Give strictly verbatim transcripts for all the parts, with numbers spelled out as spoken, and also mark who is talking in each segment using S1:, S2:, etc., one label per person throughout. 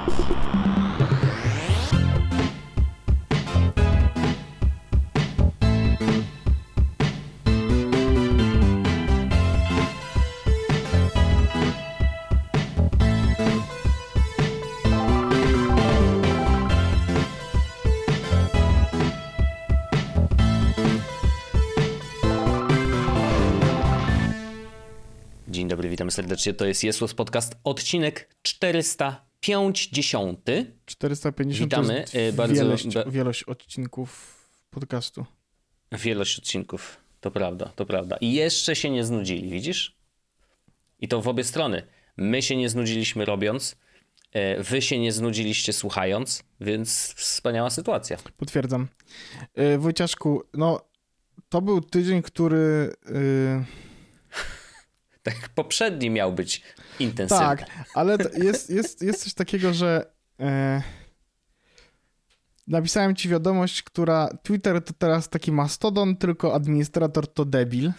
S1: Dzień dobry, witam serdecznie. To jest Jesłos Podcast, odcinek czterysta pięćdziesiąt.
S2: czterysta pięćdziesiąt
S1: Witamy.
S2: to jest
S1: bardzo
S2: wielość, wielość odcinków podcastu.
S1: Wielość odcinków, to prawda, to prawda. I jeszcze się nie znudzili, widzisz? I to w obie strony. My się nie znudziliśmy robiąc, wy się nie znudziliście słuchając, więc wspaniała sytuacja.
S2: Potwierdzam. Yy, Wojciaszku, no to był tydzień, który... Yy...
S1: Tak, poprzedni miał być intensywny.
S2: Tak, ale jest, jest, jest coś takiego, że e, napisałem ci wiadomość, która Twitter to teraz taki mastodon, tylko administrator to debil.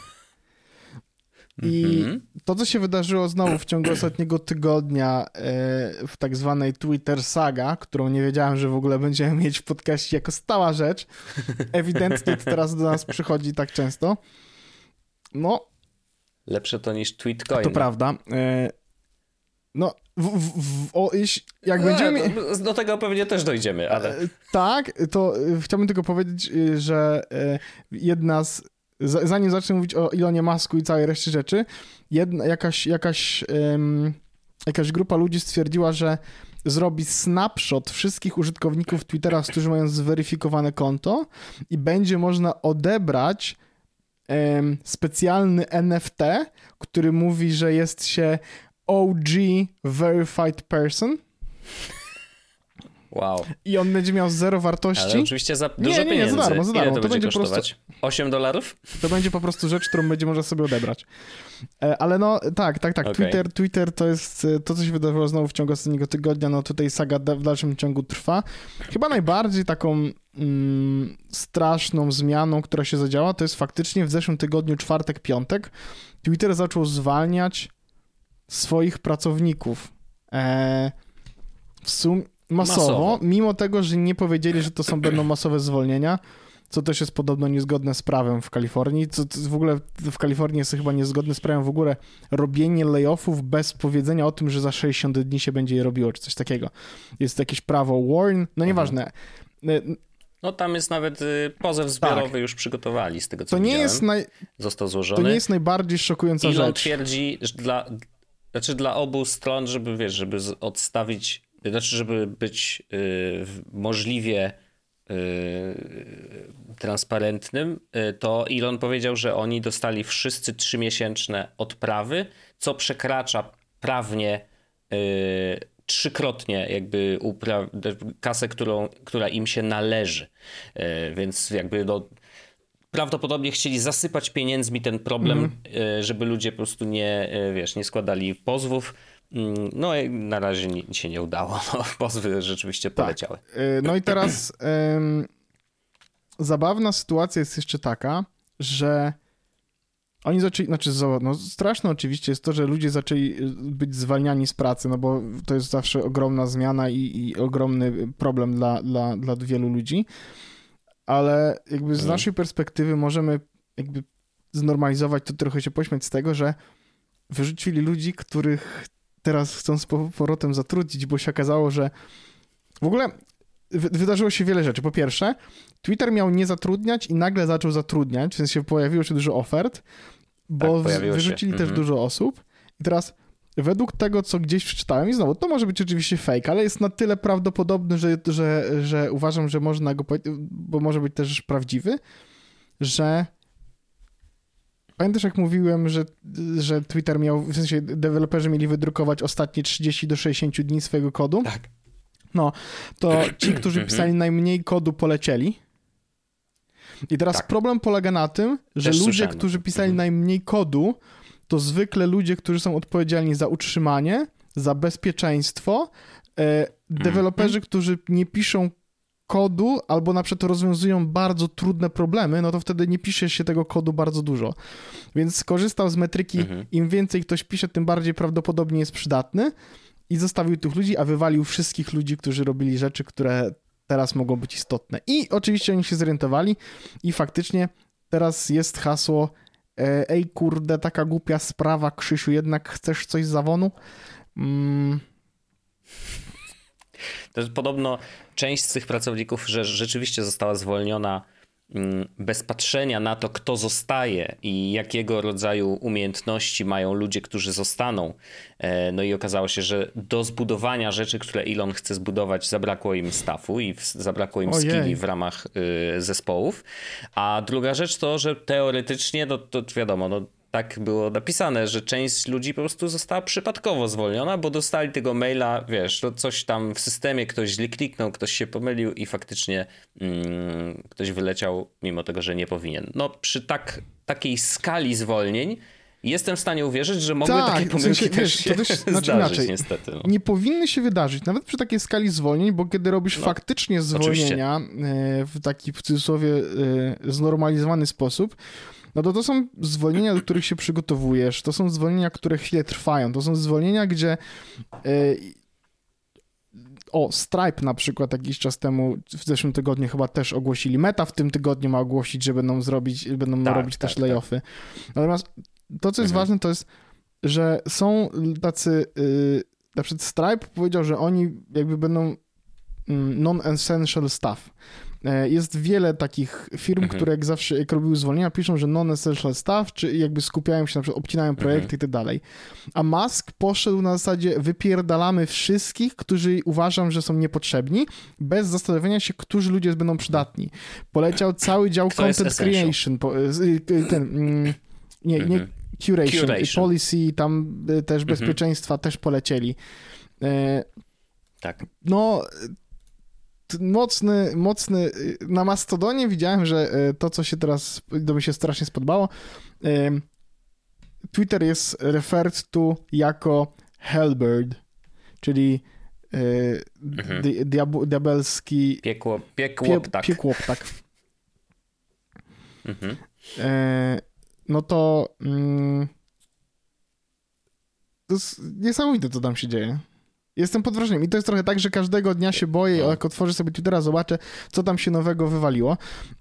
S2: I mm-hmm. to, co się wydarzyło znowu w ciągu ostatniego tygodnia e, w tak zwanej Twitter saga, którą nie wiedziałem, że w ogóle będziemy mieć w podcaście jako stała rzecz, ewidentnie to teraz do nas przychodzi tak często. No,
S1: lepsze to niż Tweetcoin.
S2: To prawda. No, w, w, w, o, jak
S1: no,
S2: będziemy...
S1: Do, do tego pewnie też dojdziemy, ale...
S2: Tak, to chciałbym tylko powiedzieć, że jedna z... Zanim zacznę mówić o Elonie Musku i całej reszcie rzeczy, jedna, jakaś, jakaś, um, jakaś grupa ludzi stwierdziła, że zrobi snapshot wszystkich użytkowników Twittera, którzy mają zweryfikowane konto i będzie można odebrać specjalny N F T, który mówi, że jest się O G Verified Person.
S1: Wow.
S2: I on będzie miał zero wartości.
S1: Ale oczywiście za dużo
S2: nie, nie, nie,
S1: pieniędzy.
S2: za darmo, za darmo.
S1: Ile to,
S2: to
S1: będzie
S2: będzie
S1: kosztować? Po prostu, osiem dolarów?
S2: To będzie po prostu rzecz, którą będzie można sobie odebrać. Ale no tak, tak, tak. Okay. Twitter, Twitter to jest to, co się wydarzyło znowu w ciągu ostatniego tygodnia. No tutaj saga w dalszym ciągu trwa. Chyba najbardziej taką mm, straszną zmianą, która się zadziała, to jest faktycznie w zeszłym tygodniu, czwartek, piątek, Twitter zaczął zwalniać swoich pracowników. E, w sumie masowo, masowo, mimo tego, że nie powiedzieli, że to są będą masowe zwolnienia, co też jest podobno niezgodne z prawem w Kalifornii, co w ogóle w Kalifornii jest chyba niezgodne z prawem w ogóle robienie layoffów bez powiedzenia o tym, że za sześćdziesiąt dni się będzie je robiło, czy coś takiego. Jest jakieś prawo warn, no nieważne.
S1: No tam jest nawet pozew zbiorowy tak. Już przygotowali z tego, co
S2: to nie
S1: widziałem.
S2: Jest naj...
S1: Został złożony.
S2: To nie jest najbardziej szokująca
S1: Elon
S2: rzecz.
S1: Elon twierdzi, że dla, znaczy dla obu stron, żeby wiesz, żeby odstawić, znaczy żeby być y, możliwie y, transparentnym, y, to Elon powiedział, że oni dostali wszyscy trzymiesięczne odprawy, co przekracza prawnie y, trzykrotnie jakby upra- kasę, którą, która im się należy. Y, więc jakby no, prawdopodobnie chcieli zasypać pieniędzmi ten problem, mm. żeby ludzie po prostu nie, wiesz, nie składali pozwów. No i na razie nic się nie udało. No, pozwy rzeczywiście poleciały.
S2: Tak. No i teraz ym, zabawna sytuacja jest jeszcze taka, że oni zaczęli, znaczy no, straszne oczywiście jest to, że ludzie zaczęli być zwalniani z pracy, no bo to jest zawsze ogromna zmiana i, i ogromny problem dla, dla, dla wielu ludzi. Ale jakby z naszej perspektywy możemy jakby znormalizować to, trochę się pośmiać z tego, że wyrzucili ludzi, których teraz chcą z powrotem zatrudnić, bo się okazało, że w ogóle wydarzyło się wiele rzeczy. Po pierwsze, Twitter miał nie zatrudniać i nagle zaczął zatrudniać, w sensie pojawiło się dużo ofert, bo tak, wyrzucili się. też mhm. dużo osób. I teraz według tego, co gdzieś przeczytałem, i znowu, to może być oczywiście fake, ale jest na tyle prawdopodobny, że, że, że uważam, że można go, bo może być też prawdziwy, że pamiętasz, jak mówiłem, że, że Twitter miał, w sensie deweloperzy mieli wydrukować ostatnie trzydzieści do sześćdziesięciu dni swojego kodu?
S1: Tak.
S2: No, to ci, którzy pisali najmniej kodu, polecieli. I teraz tak. problem polega na tym, że też ludzie, którzy pisali mhm. najmniej kodu, to zwykle ludzie, którzy są odpowiedzialni za utrzymanie, za bezpieczeństwo, e, deweloperzy, mm-hmm. którzy nie piszą kodu albo na przykład rozwiązują bardzo trudne problemy, no to wtedy nie pisze się tego kodu bardzo dużo. Więc skorzystał z metryki, mm-hmm. im więcej ktoś pisze, tym bardziej prawdopodobnie jest przydatny i zostawił tych ludzi, a wywalił wszystkich ludzi, którzy robili rzeczy, które teraz mogą być istotne. I oczywiście oni się zorientowali i faktycznie teraz jest hasło ej kurde, taka głupia sprawa, Krzysiu, jednak chcesz coś z Avonu? Mm.
S1: To jest podobno część z tych pracowników, że rzeczywiście została zwolniona bez patrzenia na to, kto zostaje i jakiego rodzaju umiejętności mają ludzie, którzy zostaną. No i okazało się, że do zbudowania rzeczy, które Elon chce zbudować, zabrakło im staffu i zabrakło im
S2: Ojej.
S1: skilli w ramach zespołów. A druga rzecz to, że teoretycznie, no to wiadomo, no tak było napisane, że część ludzi po prostu została przypadkowo zwolniona, bo dostali tego maila, wiesz, to coś tam w systemie, ktoś źle kliknął, ktoś się pomylił i faktycznie mm, ktoś wyleciał, mimo tego, że nie powinien. No przy tak, takiej skali zwolnień jestem w stanie uwierzyć, że mogły
S2: tak,
S1: takie pomyłki
S2: w sensie,
S1: też
S2: wiesz,
S1: się
S2: to też, znaczy
S1: zdarzyć
S2: inaczej,
S1: niestety. No.
S2: Nie powinny się wydarzyć, nawet przy takiej skali zwolnień, bo kiedy robisz
S1: No,
S2: faktycznie zwolnienia oczywiście. w taki w cudzysłowie znormalizowany sposób, no to to są zwolnienia, do których się przygotowujesz, to są zwolnienia, które chwilę trwają, to są zwolnienia, gdzie yy, o, Stripe na przykład jakiś czas temu, w zeszłym tygodniu chyba też ogłosili, Meta w tym tygodniu ma ogłosić, że będą zrobić, będą
S1: tak,
S2: robić
S1: tak,
S2: też layoffy.
S1: Tak.
S2: Natomiast to, co jest mhm. ważne, to jest, że są tacy, yy, na przykład Stripe powiedział, że oni jakby będą non-essential stuff. Jest wiele takich firm, mhm. które jak zawsze, jak robiły zwolnienia, piszą, że non-essential stuff, czy jakby skupiają się, na przykład obcinają projekty mhm. i tak dalej. A Musk poszedł na zasadzie wypierdalamy wszystkich, którzy uważam, że są niepotrzebni, bez zastanowienia się, którzy ludzie będą przydatni. Poleciał cały dział
S1: Kto
S2: content creation, ten, nie, nie mhm. curation, curation, policy, tam też bezpieczeństwa mhm. też polecieli.
S1: Tak.
S2: No... Mocny, mocny, na Mastodonie widziałem, że to, co się teraz, to mi się strasznie spodobało, Twitter jest referred to jako Hellbird, czyli mhm. di, diab, diabelski...
S1: Piekło, piekłoptak.
S2: Pie, piekłoptak. Mhm. No to... To jest niesamowite, co tam się dzieje. Jestem pod wrażeniem. I to jest trochę tak, że każdego dnia się boję, jak otworzę sobie Twittera, zobaczę, co tam się nowego wywaliło.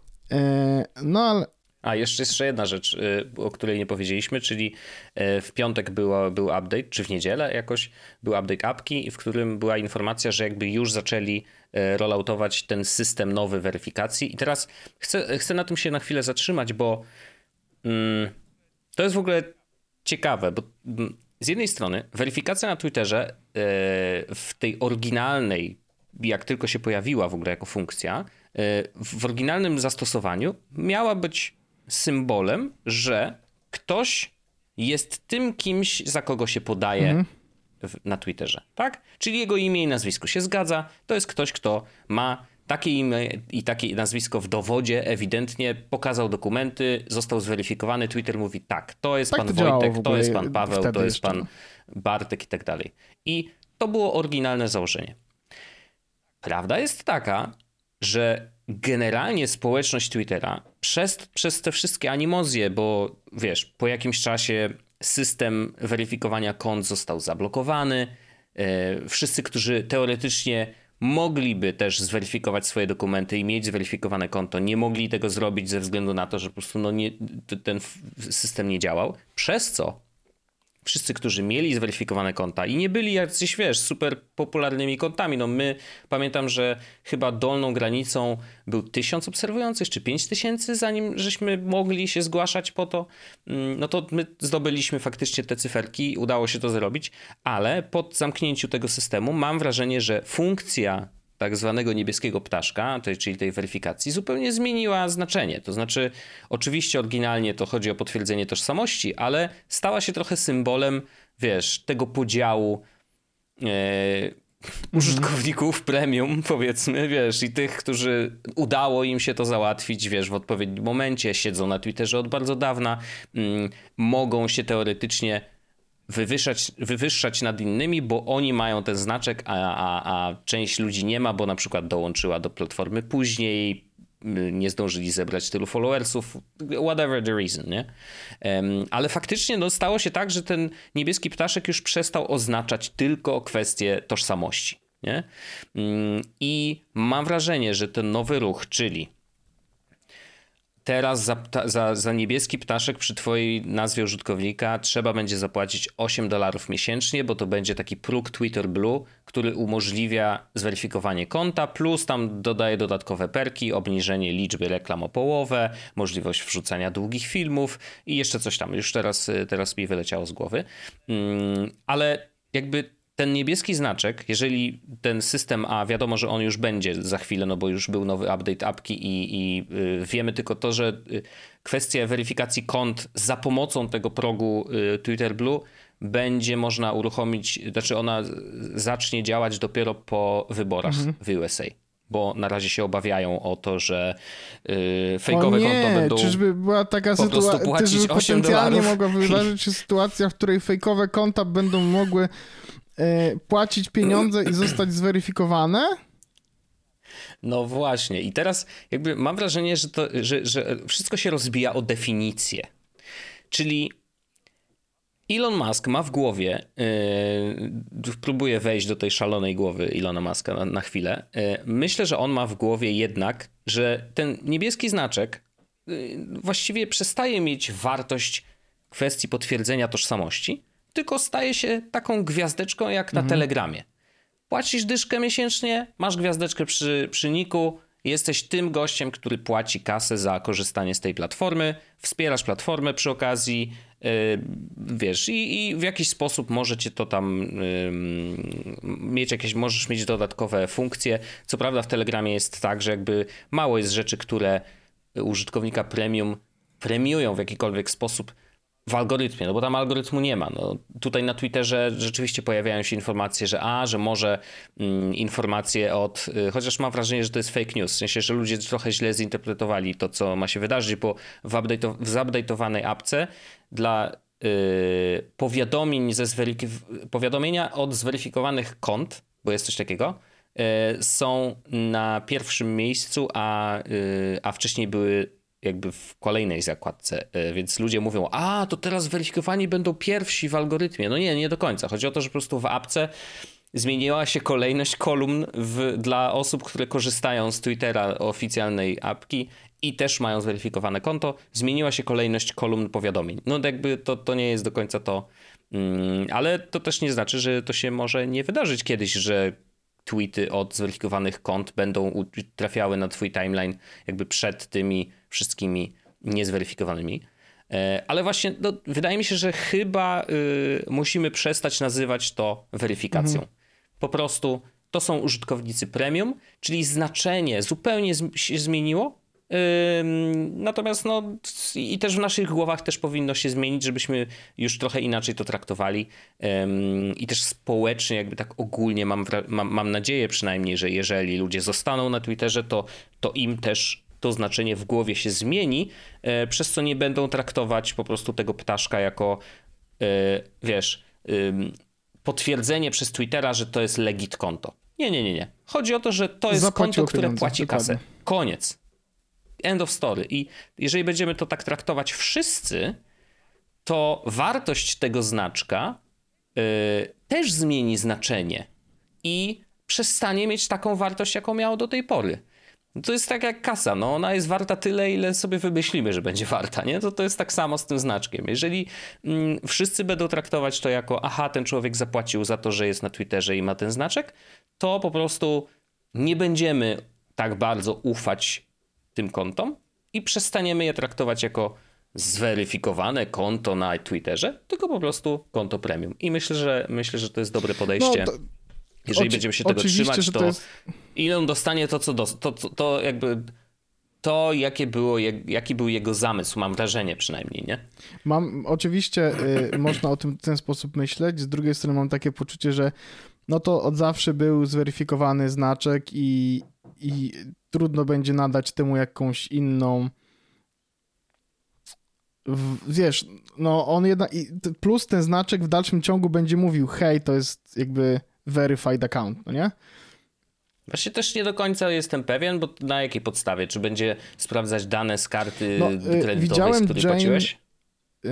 S2: No ale...
S1: A, jeszcze, jeszcze jedna rzecz, o której nie powiedzieliśmy, czyli w piątek było, był update, czy w niedzielę jakoś był update apki, w którym była informacja, że jakby już zaczęli rolloutować ten system nowy weryfikacji. I teraz chcę, chcę na tym się na chwilę zatrzymać, bo mm, to jest w ogóle ciekawe, bo... Mm, z jednej strony weryfikacja na Twitterze w tej oryginalnej, jak tylko się pojawiła w ogóle jako funkcja, w oryginalnym zastosowaniu miała być symbolem, że ktoś jest tym kimś, za kogo się podaje mhm. na Twitterze, tak? Czyli jego imię i nazwisko się zgadza, to jest ktoś, kto ma takie imię i takie nazwisko w dowodzie, ewidentnie pokazał dokumenty, został zweryfikowany, Twitter mówi tak, to jest
S2: tak
S1: pan
S2: to
S1: Wojtek, to jest pan Paweł, to jest
S2: jeszcze.
S1: pan Bartek i tak dalej. I to było oryginalne założenie. Prawda jest taka, że generalnie społeczność Twittera przez, przez te wszystkie animozje, bo wiesz, po jakimś czasie system weryfikowania kont został zablokowany, yy, wszyscy, którzy teoretycznie mogliby też zweryfikować swoje dokumenty i mieć zweryfikowane konto, nie mogli tego zrobić ze względu na to, że po prostu no nie, ten system nie działał, przez co wszyscy, którzy mieli zweryfikowane konta i nie byli jacyś, wiesz, super popularnymi kontami, no my, pamiętam, że chyba dolną granicą był tysiąc obserwujących, czy pięć tysięcy, zanim żeśmy mogli się zgłaszać po to, no to my zdobyliśmy faktycznie te cyferki, udało się to zrobić, ale po zamknięciu tego systemu mam wrażenie, że funkcja tak zwanego niebieskiego ptaszka, czyli tej weryfikacji, zupełnie zmieniła znaczenie. To znaczy, oczywiście oryginalnie to chodzi o potwierdzenie tożsamości, ale stała się trochę symbolem, wiesz, tego podziału e, użytkowników premium, powiedzmy, wiesz, i tych, którzy udało im się to załatwić, wiesz, w odpowiednim momencie, siedzą na Twitterze od bardzo dawna, mm, mogą się teoretycznie Wywyższać, wywyższać nad innymi, bo oni mają ten znaczek, a, a, a część ludzi nie ma, bo na przykład dołączyła do platformy później, nie zdążyli zebrać tylu followersów, whatever the reason, nie? Um, ale faktycznie no, stało się tak, że ten niebieski ptaszek już przestał oznaczać tylko kwestię tożsamości, nie? Um, I mam wrażenie, że ten nowy ruch, czyli teraz za, za, za niebieski ptaszek przy twojej nazwie użytkownika trzeba będzie zapłacić osiem dolarów miesięcznie, bo to będzie taki próg Twitter Blue, który umożliwia zweryfikowanie konta, plus tam dodaje dodatkowe perki, obniżenie liczby reklam o połowę, możliwość wrzucania długich filmów i jeszcze coś tam. Już teraz, teraz mi wyleciało z głowy. Hmm, ale jakby ten niebieski znaczek, jeżeli ten system, a wiadomo, że on już będzie za chwilę, no bo już był nowy update apki i, i yy, wiemy tylko to, że yy, kwestia weryfikacji kont za pomocą tego progu yy, Twitter Blue będzie można uruchomić, znaczy ona zacznie działać dopiero po wyborach mhm. w U S A. Bo na razie się obawiają o to, że yy, fejkowe
S2: o nie,
S1: konto będą
S2: czyżby była taka sytuacja,
S1: płacić osiem
S2: potencjalnie
S1: dolarów.
S2: mogła wydarzyć się sytuacja, w której fejkowe konta będą mogły płacić pieniądze i zostać zweryfikowane?
S1: No właśnie. I teraz jakby mam wrażenie, że, to, że, że wszystko się rozbija o definicję. Czyli Elon Musk ma w głowie, yy, próbuję wejść do tej szalonej głowy Elona Muska na, na chwilę. Yy, myślę, że on ma w głowie jednak, że ten niebieski znaczek yy, właściwie przestaje mieć wartość kwestii potwierdzenia tożsamości, tylko staje się taką gwiazdeczką jak na mhm. Telegramie. Płacisz dyszkę miesięcznie, masz gwiazdeczkę przy, przy niku, jesteś tym gościem, który płaci kasę za korzystanie z tej platformy, wspierasz platformę przy okazji, yy, wiesz, i, i w jakiś sposób możecie to tam yy, mieć jakieś, możesz mieć dodatkowe funkcje. Co prawda w Telegramie jest tak, że jakby mało jest rzeczy, które użytkownika premium premiują w jakikolwiek sposób w algorytmie, no bo tam algorytmu nie ma. No, tutaj na Twitterze rzeczywiście pojawiają się informacje, że a, że może mm, informacje od, y, chociaż mam wrażenie, że to jest fake news, w sensie, że ludzie trochę źle zinterpretowali to, co ma się wydarzyć, bo w, update, w zupdate'owanej apce dla y, powiadomień ze zweryfik- powiadomienia od zweryfikowanych kont, bo jest coś takiego, y, są na pierwszym miejscu, a, y, a wcześniej były jakby w kolejnej zakładce, więc ludzie mówią, a to teraz weryfikowani będą pierwsi w algorytmie. No nie, nie do końca. Chodzi o to, że po prostu w apce zmieniła się kolejność kolumn w, dla osób, które korzystają z Twittera, oficjalnej apki i też mają zweryfikowane konto. Zmieniła się kolejność kolumn powiadomień. No jakby to, to nie jest do końca to, mm, ale to też nie znaczy, że to się może nie wydarzyć kiedyś, że tweety od zweryfikowanych kont będą trafiały na twój timeline jakby przed tymi wszystkimi niezweryfikowanymi. Ale właśnie no, wydaje mi się, że chyba y, musimy przestać nazywać to weryfikacją. Mhm. Po prostu to są użytkownicy premium, czyli znaczenie zupełnie z- się zmieniło. Natomiast no i też w naszych głowach też powinno się zmienić, żebyśmy już trochę inaczej to traktowali i też społecznie jakby tak ogólnie mam, mam, mam nadzieję przynajmniej, że jeżeli ludzie zostaną na Twitterze, to, to im też to znaczenie w głowie się zmieni, przez co nie będą traktować po prostu tego ptaszka jako wiesz, potwierdzenie przez Twittera, że to jest legit konto. Nie, nie, nie, nie. Chodzi o to, że to jest Zapłaciło konto, które pieniądze, płaci dokładnie. Kasę. Koniec. End of story. I jeżeli będziemy to tak traktować wszyscy, to wartość tego znaczka yy, też zmieni znaczenie i przestanie mieć taką wartość, jaką miało do tej pory. To jest tak jak kasa, no ona jest warta tyle, ile sobie wymyślimy, że będzie warta, nie? To, to jest tak samo z tym znaczkiem. Jeżeli mm, wszyscy będą traktować to jako aha, ten człowiek zapłacił za to, że jest na Twitterze i ma ten znaczek, to po prostu nie będziemy tak bardzo ufać tym kontom i przestaniemy je traktować jako zweryfikowane konto na Twitterze, tylko po prostu konto premium. I myślę, że myślę, że to jest dobre podejście. No to... Jeżeli Oczy- będziemy się tego trzymać, to, to jest... Elon dostanie to, co dos- to, to, to jakby to, jakie było je- jaki był jego zamysł, mam wrażenie przynajmniej, nie?
S2: Mam, oczywiście y, można o tym w ten sposób myśleć, z drugiej strony mam takie poczucie, że no to od zawsze był zweryfikowany znaczek i, i trudno będzie nadać temu jakąś inną w, wiesz, no on jednak, plus ten znaczek w dalszym ciągu będzie mówił, hej, to jest jakby verified account, no nie?
S1: Właśnie też nie do końca jestem pewien, bo na jakiej podstawie? Czy będzie sprawdzać dane z karty
S2: No,
S1: kredytowej,
S2: widziałem
S1: z której
S2: Jane,
S1: płaciłeś?
S2: Yy,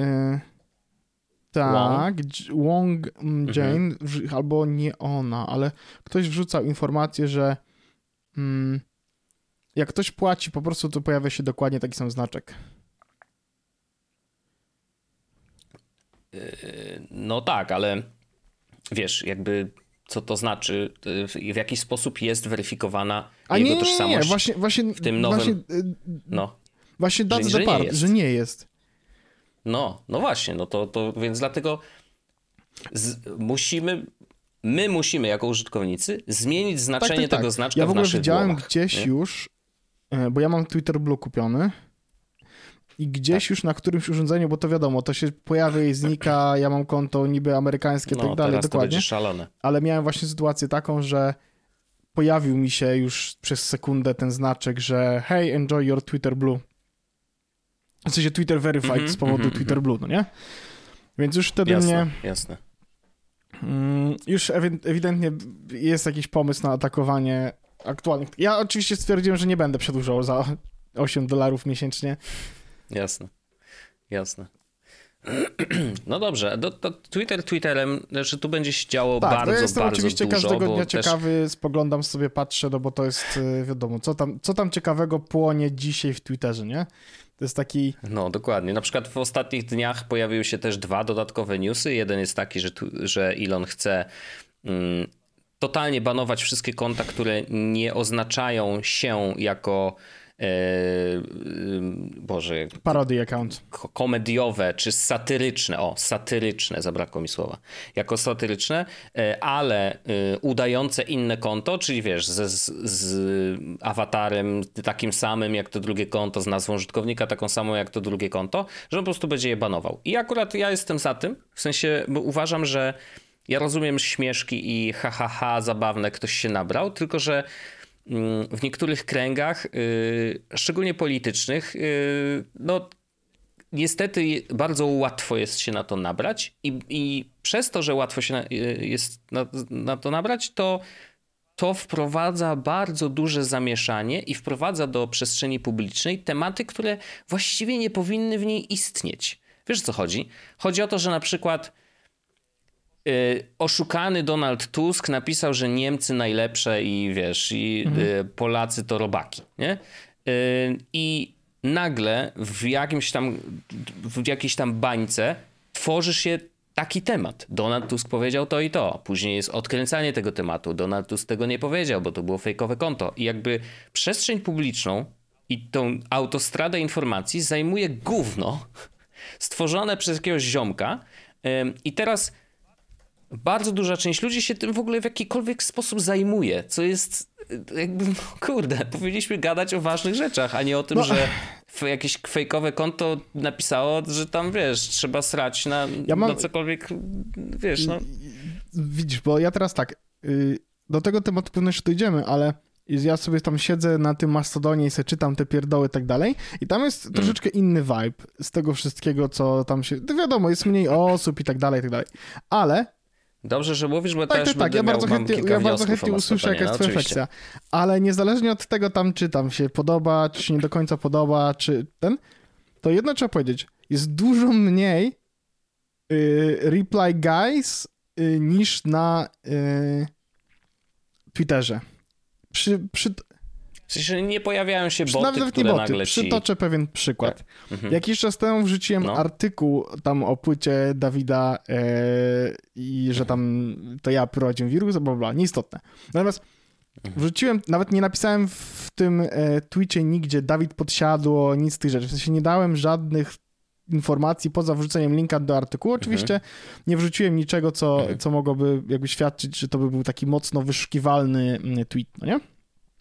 S2: tak, Wong Jane, mhm. albo nie ona, ale ktoś wrzucał informację, że mm, jak ktoś płaci, po prostu to pojawia się dokładnie taki sam znaczek.
S1: No tak, ale wiesz, jakby co to znaczy, w jaki sposób jest weryfikowana
S2: A
S1: jego
S2: nie, nie,
S1: tożsamość
S2: nie, właśnie, właśnie,
S1: w tym nowym...
S2: Właśnie,
S1: no.
S2: właśnie that's
S1: że,
S2: the
S1: że
S2: part,
S1: nie jest.
S2: że nie jest.
S1: No, no właśnie, no to, to więc dlatego z, musimy, my musimy jako użytkownicy zmienić znaczenie
S2: tak, tak,
S1: tego
S2: tak.
S1: znaczka
S2: ja w
S1: w
S2: ogóle
S1: naszych
S2: widziałem
S1: głowach,
S2: gdzieś
S1: nie?
S2: już, bo ja mam Twitter Blue kupiony i gdzieś tak. już na którymś urządzeniu, bo to wiadomo, to się pojawia i znika, ja mam konto niby amerykańskie i
S1: no,
S2: tak dalej,
S1: teraz
S2: dokładnie.
S1: To będzie szalone.
S2: Ale miałem właśnie sytuację taką, że pojawił mi się już przez sekundę ten znaczek, że hey, enjoy your Twitter Blue. W sensie Twitter Verified mm-hmm, z powodu mm-hmm, Twitter Blue, no nie? Więc już wtedy
S1: jasne,
S2: mnie...
S1: Jasne,
S2: mm, Już ewidentnie jest jakiś pomysł na atakowanie aktualnych... Ja oczywiście stwierdziłem, że nie będę przedłużał za osiem dolarów miesięcznie.
S1: Jasne, jasne. No dobrze, to, to Twitter Twitterem, że tu będzie się działo
S2: tak,
S1: bardzo,
S2: ja jestem
S1: bardzo
S2: oczywiście
S1: dużo.
S2: Każdego dnia
S1: też...
S2: ciekawy, spoglądam sobie, patrzę, no bo to jest wiadomo, co tam, co tam ciekawego płonie dzisiaj w Twitterze, nie? To jest taki...
S1: No, dokładnie. Na przykład w ostatnich dniach pojawiły się też dwa dodatkowe newsy. Jeden jest taki, że, tu, że Elon chce mm, totalnie banować wszystkie konta, które nie oznaczają się jako Boże...
S2: Parody account.
S1: Komediowe czy satyryczne, o, satyryczne, zabrakło mi słowa, jako satyryczne, ale udające inne konto, czyli wiesz, z, z, z awatarem takim samym jak to drugie konto, z nazwą użytkownika taką samą jak to drugie konto, że on po prostu będzie je banował. I akurat ja jestem za tym, w sensie, bo uważam, że ja rozumiem śmieszki i ha, ha, ha, zabawne ktoś się nabrał, tylko że w niektórych kręgach, szczególnie politycznych, no niestety bardzo łatwo jest się na to nabrać i, i przez to, że łatwo się na, jest na, na to nabrać, to to wprowadza bardzo duże zamieszanie i wprowadza do przestrzeni publicznej tematy, które właściwie nie powinny w niej istnieć. Wiesz, o co chodzi? Chodzi o to, że na przykład oszukany Donald Tusk napisał, że Niemcy najlepsze i wiesz, i mhm. Polacy to robaki, nie? I nagle w jakimś tam, w jakiejś tam bańce tworzy się taki temat. Donald Tusk powiedział to i to. Później jest odkręcanie tego tematu. Donald Tusk tego nie powiedział, bo to było fejkowe konto. I jakby przestrzeń publiczną i tą autostradę informacji zajmuje gówno stworzone przez jakiegoś ziomka i teraz bardzo duża część ludzi się tym w ogóle w jakikolwiek sposób zajmuje, co jest jakby, no kurde, powinniśmy gadać o ważnych rzeczach, a nie o tym, no. że jakieś fejkowe konto napisało, że tam, wiesz, trzeba srać na, ja mam... na cokolwiek, wiesz, no.
S2: Widzisz, bo ja teraz tak, do tego tematu pewno jeszcze dojdziemy, ale ja sobie tam siedzę na tym Mastodonie i sobie czytam te pierdoły i tak dalej i tam jest troszeczkę mm. inny vibe z tego wszystkiego, co tam się, to wiadomo, jest mniej osób i tak dalej, i tak dalej, ale
S1: dobrze, że mówisz, bo
S2: tak,
S1: też
S2: tak, tak. Ja bardzo chętnie, ja bardzo chętnie usłyszę, jaka jest
S1: no,
S2: twoja refleksja. Ale niezależnie od tego tam, czy tam się podoba, czy się nie do końca podoba, czy ten, to jedno trzeba powiedzieć, jest dużo mniej y, reply guys y, niż na y, Twitterze. Przy, przy...
S1: W sensie nie pojawiają się boty,
S2: nawet
S1: które
S2: nie boty.
S1: nagle ci...
S2: Przytoczę pewien przykład.
S1: Tak. Mhm.
S2: Jakiś czas temu wrzuciłem no. artykuł tam o płycie Dawida e, i że tam to ja prowadziłem wirus, bla, bla, bla. Nieistotne. Natomiast mhm. wrzuciłem, nawet nie napisałem w tym e, tweetie nigdzie Dawid podsiadło, nic z tych rzeczy. W sensie nie dałem żadnych informacji poza wrzuceniem linka do artykułu. Oczywiście mhm. nie wrzuciłem niczego, co, mhm. co mogłoby jakby świadczyć, że to by był taki mocno wyszukiwalny tweet, no nie?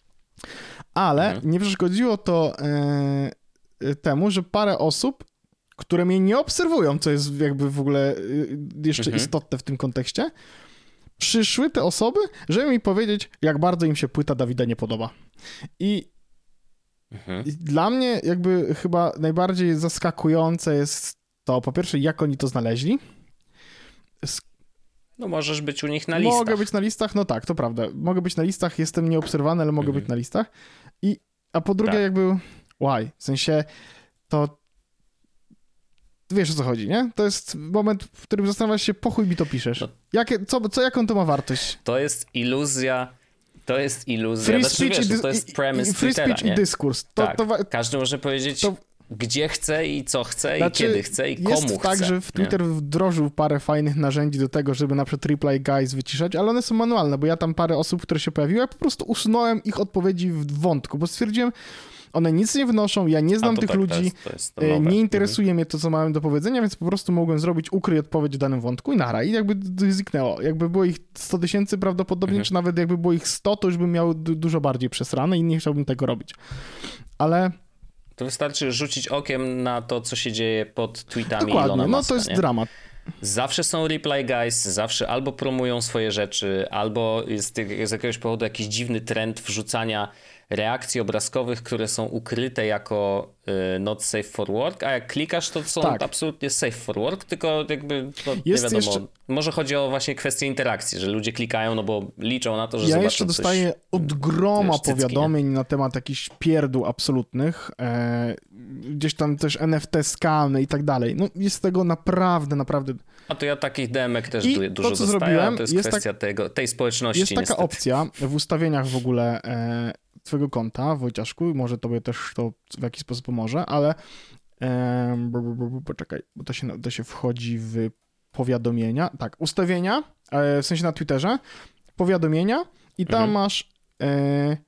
S2: Ale mhm. nie przeszkodziło to e, temu, że parę osób, które mnie nie obserwują, co jest jakby w ogóle jeszcze mhm. istotne w tym kontekście, przyszły te osoby, żeby mi powiedzieć, jak bardzo im się płyta Dawida nie podoba. I, mhm. i dla mnie jakby chyba najbardziej zaskakujące jest to, po pierwsze, jak oni to znaleźli.
S1: No możesz być u nich na listach.
S2: Mogę być na listach, no tak, to prawda. Mogę być na listach, jestem nieobserwowany, ale mogę
S1: mhm.
S2: być na listach. I, a po drugie
S1: tak.
S2: jakby, why? W sensie to wiesz o co chodzi, nie? To jest moment, w którym zastanawiasz się, po chuj mi to piszesz. No. Jakie, co, co, jaką to ma wartość?
S1: To jest iluzja, to jest iluzja.
S2: Free
S1: znaczy,
S2: speech
S1: wiesz,
S2: i, dy-
S1: to jest
S2: i,
S1: premise
S2: i free
S1: Twittera,
S2: speech
S1: nie?
S2: i dyskurs. To,
S1: tak,
S2: to, to,
S1: każdy może powiedzieć,
S2: to,
S1: gdzie chce i co chce
S2: znaczy,
S1: i kiedy chce i komu chce.
S2: Jest tak, że w Twitter
S1: nie?
S2: wdrożył parę fajnych narzędzi do tego, żeby na przykład reply guys wyciszać, ale one są manualne, bo ja tam parę osób, które się pojawiły, ja po prostu usunąłem ich odpowiedzi w wątku, bo stwierdziłem, one nic nie wnoszą, ja nie znam tych
S1: tak,
S2: ludzi,
S1: to jest, to jest to nowe.
S2: nie interesuje mhm. mnie to, co mają do powiedzenia, więc po prostu mogłem zrobić ukryj odpowiedź w danym wątku i nara. I jakby zniknęło. Jakby było ich sto tysięcy prawdopodobnie, mhm. czy nawet jakby było ich sto, to już bym miał du- dużo bardziej przesrane i nie chciałbym tego robić. Ale...
S1: To wystarczy rzucić okiem na to, co się dzieje pod tweetami
S2: Dokładnie,
S1: Ilona
S2: no
S1: Muska,
S2: to jest
S1: nie?
S2: dramat.
S1: Zawsze są reply guys, zawsze albo promują swoje rzeczy, albo jest z jakiegoś powodu jakiś dziwny trend wrzucania reakcji obrazkowych, które są ukryte jako y, not safe for work, a jak klikasz, to są
S2: tak.
S1: absolutnie safe for work, tylko jakby no,
S2: jest
S1: nie wiadomo,
S2: jeszcze...
S1: może chodzi o właśnie kwestię interakcji, że ludzie klikają, no bo liczą na to, że
S2: ja
S1: zobaczą
S2: jeszcze
S1: coś,
S2: dostaję od groma
S1: wiesz, cycki,
S2: powiadomień nie? na temat jakichś pierdół absolutnych, e, gdzieś tam też N F T skamy i tak dalej. No jest tego naprawdę, naprawdę...
S1: A to ja takich demek też
S2: I
S1: du- dużo
S2: to, co
S1: dostaję,
S2: zrobiłem,
S1: to jest,
S2: jest
S1: kwestia
S2: tak,
S1: tego, tej społeczności
S2: jest taka
S1: niestety.
S2: opcja w ustawieniach w ogóle e, twojego konta, Wojciaszku, może tobie też to w jakiś sposób pomoże, ale e, b, b, b, poczekaj, bo to się, to się wchodzi w powiadomienia, tak, ustawienia, e, w sensie na Twitterze, powiadomienia i tam mhm. masz e,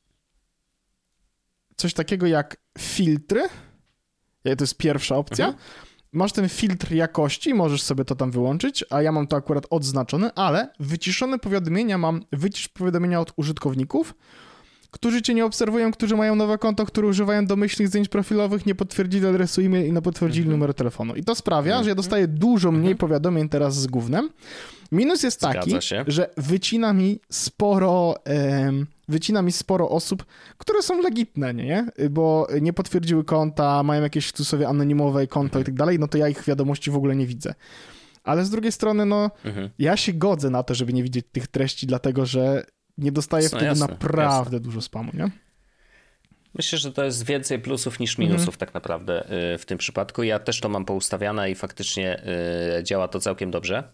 S2: coś takiego jak filtry, to jest pierwsza opcja, mhm. Masz ten filtr jakości, możesz sobie to tam wyłączyć, a ja mam to akurat odznaczone, ale wyciszone powiadomienia mam, wycisz powiadomienia od użytkowników, którzy cię nie obserwują, którzy mają nowe konto, które używają domyślnych zdjęć profilowych, nie potwierdzili adresu e-mail i nie potwierdzili mm-hmm. numeru telefonu. I to sprawia, mm-hmm. że ja dostaję dużo mniej mm-hmm. powiadomień teraz z gównem. Minus jest taki, że wycina mi sporo... Em, wycina mi sporo osób, które są legitne, nie? Bo nie potwierdziły konta, mają jakieś tu sobie anonimowe konto i tak dalej, no to ja ich wiadomości w ogóle nie widzę. Ale z drugiej strony, no, mhm. ja się godzę na to, żeby nie widzieć tych treści, dlatego że nie dostaję no, wtedy jasne, naprawdę jasne. dużo spamu, nie?
S1: Myślę, że to jest więcej plusów niż minusów mhm. tak naprawdę w tym przypadku. Ja też to mam poustawiane i faktycznie działa to całkiem dobrze.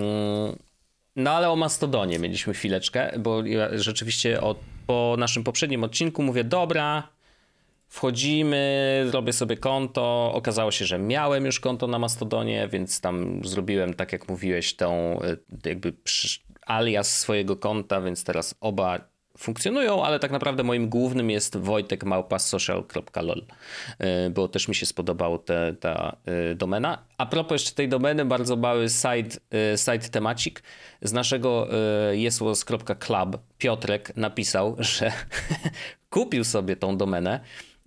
S1: No ale o Mastodonie mieliśmy chwileczkę, bo ja rzeczywiście od, po naszym poprzednim odcinku mówię, dobra, wchodzimy, zrobię sobie konto. Okazało się, że miałem już konto na Mastodonie, więc tam zrobiłem, tak jak mówiłeś, tą jakby alias swojego konta, więc teraz oba funkcjonują, ale tak naprawdę moim głównym jest wojtek małpa social kropka lol, bo też mi się spodobała te, ta domena. A propos jeszcze tej domeny, bardzo mały side, side temacik z naszego jesłos kropka club. Piotrek napisał, że kupił sobie tą domenę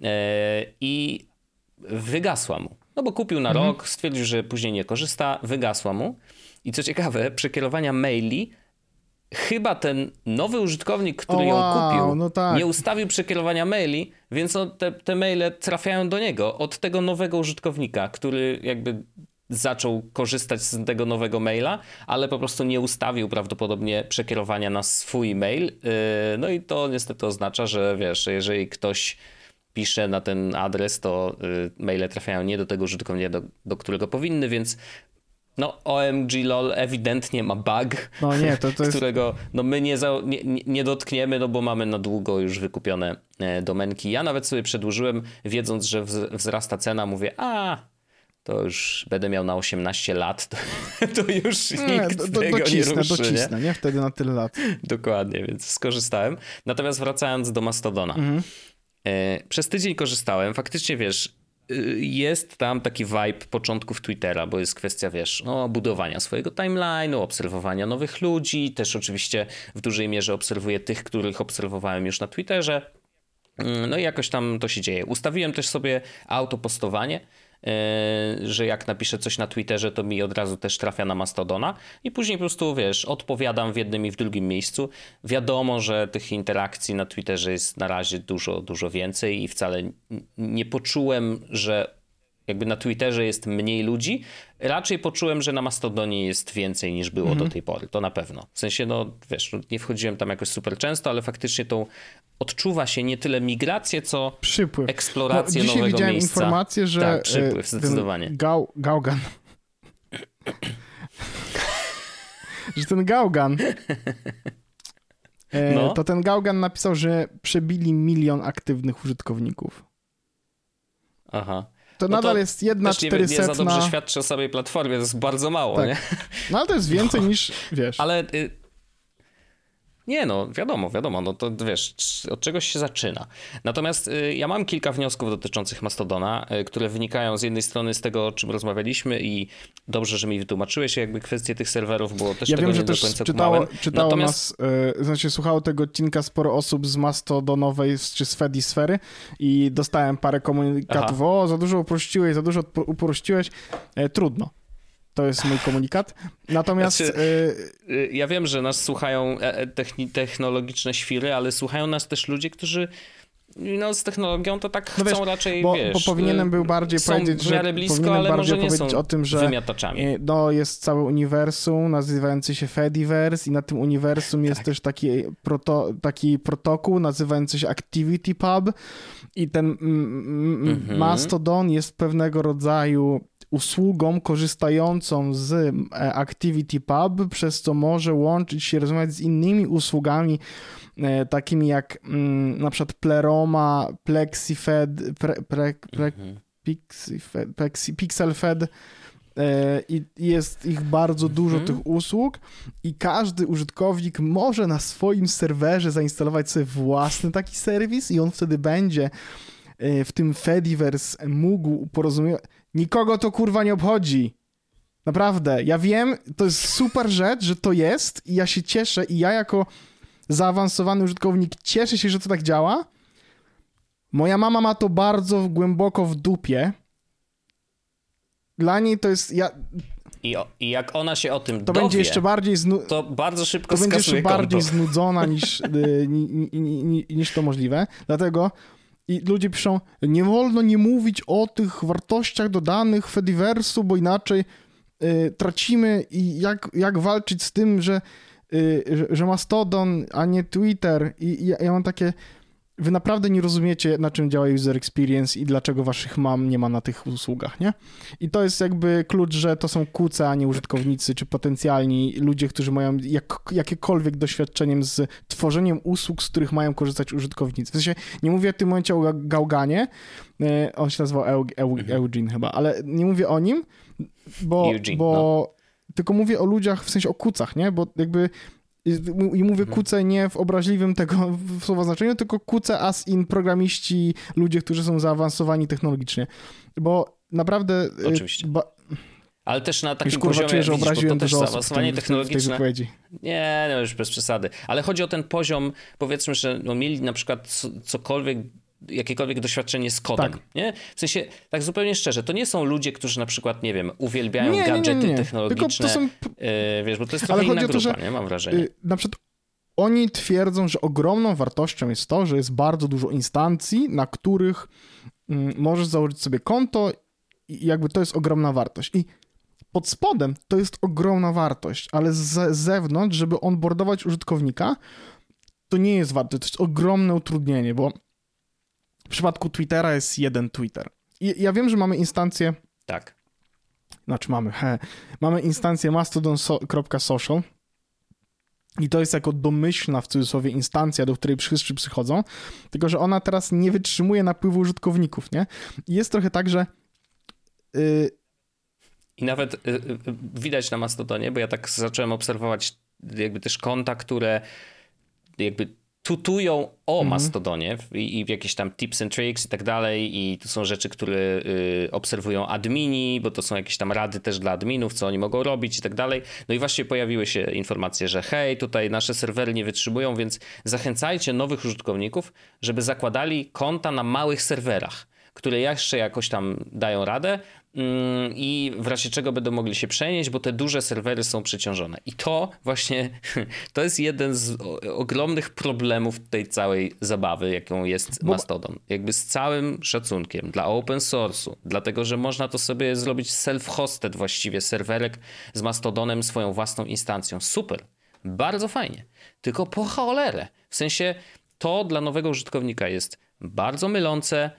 S1: i wygasła mu. No bo kupił na mhm. rok, stwierdził, że później nie korzysta, wygasła mu. I co ciekawe, przekierowania maili chyba ten nowy użytkownik, który oh, wow, ją kupił, no tak. nie ustawił przekierowania maili, więc on te, te maile trafiają do niego od tego nowego użytkownika, który jakby zaczął korzystać z tego nowego maila, ale po prostu nie ustawił prawdopodobnie przekierowania na swój mail. No i to niestety oznacza, że wiesz, jeżeli ktoś pisze na ten adres, to maile trafiają nie do tego użytkownika, do, do którego powinny, więc no O M G lol ewidentnie ma bug,
S2: no nie, to, to jest...
S1: którego no my nie, za, nie, nie dotkniemy, no bo mamy na długo już wykupione domenki. Ja nawet sobie przedłużyłem, wiedząc, że wzrasta cena, mówię, a to już będę miał na osiemnaście lat, to, to już nikt nie, do, do, tego
S2: docisnę,
S1: nie ruszy.
S2: Docisnę, nie? nie? Wtedy na tyle lat.
S1: Dokładnie, więc skorzystałem. Natomiast wracając do Mastodona. Mhm. Przez tydzień korzystałem. Faktycznie, wiesz, jest tam taki vibe początków Twittera, bo jest kwestia, wiesz, no, budowania swojego timeline'u, obserwowania nowych ludzi. Też oczywiście w dużej mierze obserwuję tych, których obserwowałem już na Twitterze. No i jakoś tam to się dzieje. Ustawiłem też sobie autopostowanie, że jak napiszę coś na Twitterze, to mi od razu też trafia na Mastodona i później po prostu, wiesz, odpowiadam w jednym i w drugim miejscu. Wiadomo, że tych interakcji na Twitterze jest na razie dużo, dużo więcej i wcale nie poczułem, że jakby na Twitterze jest mniej ludzi. Raczej poczułem, że na Mastodonie jest więcej niż było mhm. do tej pory, to na pewno. W sensie, no wiesz, nie wchodziłem tam jakoś super często, ale faktycznie tą odczuwa się nie tyle migrację, co
S2: przypływ.
S1: Eksplorację
S2: no,
S1: nowego miejsca.
S2: Dzisiaj widziałem informację, że
S1: tak, przypływ, zdecydowanie.
S2: Gał, Gaugan że ten Gaugan e, no. to ten Gaugan napisał, że przebili milion aktywnych użytkowników.
S1: Aha.
S2: To no nadal to jest jedna czterysetna...
S1: Nie za dobrze świadczy o samej platformie, to jest bardzo mało, tak. nie?
S2: No ale to jest więcej no. niż, wiesz...
S1: Ale... Y Nie, no wiadomo, wiadomo, no to wiesz, od czegoś się zaczyna. Natomiast y, ja mam kilka wniosków dotyczących Mastodona, y, które wynikają z jednej strony z tego, o czym rozmawialiśmy i dobrze, że mi wytłumaczyłeś jakby kwestię tych serwerów, bo też
S2: ja
S1: tego
S2: wiem,
S1: nie
S2: że
S1: do
S2: też
S1: końca
S2: czytało,
S1: kumałem.
S2: czytało
S1: Natomiast...
S2: nas, y, znaczy słuchało tego odcinka sporo osób z Mastodonowej czy z Fedi sfery i dostałem parę komunikatów, Aha. o, za dużo uprościłeś, za dużo uprościłeś, e, trudno. To jest mój komunikat. Natomiast... Znaczy,
S1: y... Ja wiem, że nas słuchają technologiczne świry, ale słuchają nas też ludzie, którzy no, z technologią to tak
S2: no
S1: chcą
S2: wiesz,
S1: raczej,
S2: bo,
S1: wiesz...
S2: Bo powinienem był bardziej powiedzieć, że
S1: blisko,
S2: powinienem
S1: ale
S2: bardziej
S1: może nie
S2: powiedzieć
S1: są
S2: o tym, że
S1: wymiataczami.
S2: No, jest całe uniwersum nazywający się Fediverse i na tym uniwersum jest tak. też taki, proto, taki protokół nazywający się ActivityPub i ten mm-hmm. Mastodon jest pewnego rodzaju usługą korzystającą z ActivityPub, przez co może łączyć się, rozmawiać z innymi usługami, e, takimi jak mm, na przykład Pleroma, Plexifed, pre, pre, pre, mhm. Pixifed, Plexi, PixelFed e, i jest ich bardzo dużo mhm. tych usług i każdy użytkownik może na swoim serwerze zainstalować sobie własny taki serwis i on wtedy będzie e, w tym Fediverse mógł porozumiewać. Nikogo to kurwa nie obchodzi. Naprawdę. Ja wiem, to jest super rzecz, że to jest i ja się cieszę i ja jako zaawansowany użytkownik cieszę się, że to tak działa. Moja mama ma to bardzo głęboko w dupie. Dla niej to jest... Ja...
S1: I, o, I jak ona się o tym
S2: to
S1: dowie,
S2: będzie jeszcze bardziej znu...
S1: to bardzo szybko
S2: to będzie jeszcze
S1: konto.
S2: bardziej znudzona niż, ni, ni, ni, niż to możliwe. Dlatego... I ludzie piszą, nie wolno nie mówić o tych wartościach dodanych Fediversu, bo inaczej y, tracimy i jak, jak walczyć z tym, że, y, że, że Mastodon, a nie Twitter. I, i ja, ja mam takie, wy naprawdę nie rozumiecie, na czym działa user experience i dlaczego waszych mam nie ma na tych usługach, nie? I to jest jakby klucz, że to są kuce, a nie użytkownicy, czy potencjalni ludzie, którzy mają jak, jakiekolwiek doświadczeniem z tworzeniem usług, z których mają korzystać użytkownicy. W sensie, nie mówię w tym momencie o Gauganie, on się nazywał Eu, Eu, Eugene chyba, ale nie mówię o nim, bo, Eugene, bo no. tylko mówię o ludziach, w sensie o kucach, nie? Bo jakby i mówię kuce nie w obraźliwym tego słowa znaczeniu, tylko kuce as in programiści, ludzie, którzy są zaawansowani technologicznie. Bo naprawdę...
S1: Oczywiście. Ba... Ale też na takim
S2: już, kurwa,
S1: poziomie,
S2: czuję, że obraziłem
S1: widzisz,
S2: dużo
S1: zaawansowanie technologiczne.
S2: W tej
S1: nie, no już bez przesady. Ale chodzi o ten poziom, powiedzmy, że no mieli na przykład cokolwiek, jakiekolwiek doświadczenie z kodem, tak. nie? W sensie, tak zupełnie szczerze, to nie są ludzie, którzy na przykład, nie wiem, uwielbiają nie, gadżety nie, nie, nie. technologiczne, tylko to są... yy, wiesz, bo to jest trochę inna grupa, to, że, nie? Mam wrażenie. Yy,
S2: na przykład oni twierdzą, że ogromną wartością jest to, że jest bardzo dużo instancji, na których yy, możesz założyć sobie konto i jakby to jest ogromna wartość. I pod spodem to jest ogromna wartość, ale z zewnątrz, żeby onboardować użytkownika, to nie jest wartość, to jest ogromne utrudnienie, bo w przypadku Twittera jest jeden Twitter. I ja wiem, że mamy instancję...
S1: Tak.
S2: Znaczy mamy, he, mamy instancję mastodon kropka social i to jest jako domyślna, w cudzysłowie, instancja, do której wszyscy przychodzą, tylko że ona teraz nie wytrzymuje napływu użytkowników, nie? I jest trochę tak, że... Yy...
S1: I nawet yy, widać na Mastodonie, bo ja tak zacząłem obserwować jakby też konta, które jakby tutują o mhm. Mastodonie i, i jakieś tam tips and tricks i tak dalej i to są rzeczy, które y, obserwują admini, bo to są jakieś tam rady też dla adminów, co oni mogą robić i tak dalej. No i właśnie pojawiły się informacje, że hej, tutaj nasze serwery nie wytrzymują, więc zachęcajcie nowych użytkowników, żeby zakładali konta na małych serwerach, które jeszcze jakoś tam dają radę mm, i w razie czego będą mogli się przenieść, bo te duże serwery są przeciążone. I to właśnie, to jest jeden z o, ogromnych problemów tej całej zabawy, jaką jest
S2: Bo...
S1: Mastodon. Jakby z całym szacunkiem dla open source'u, dlatego, że można to sobie zrobić self-hosted właściwie serwerek z Mastodonem, swoją własną instancją. Super. Bardzo fajnie. Tylko po cholerę. W sensie to dla nowego użytkownika jest bardzo mylące.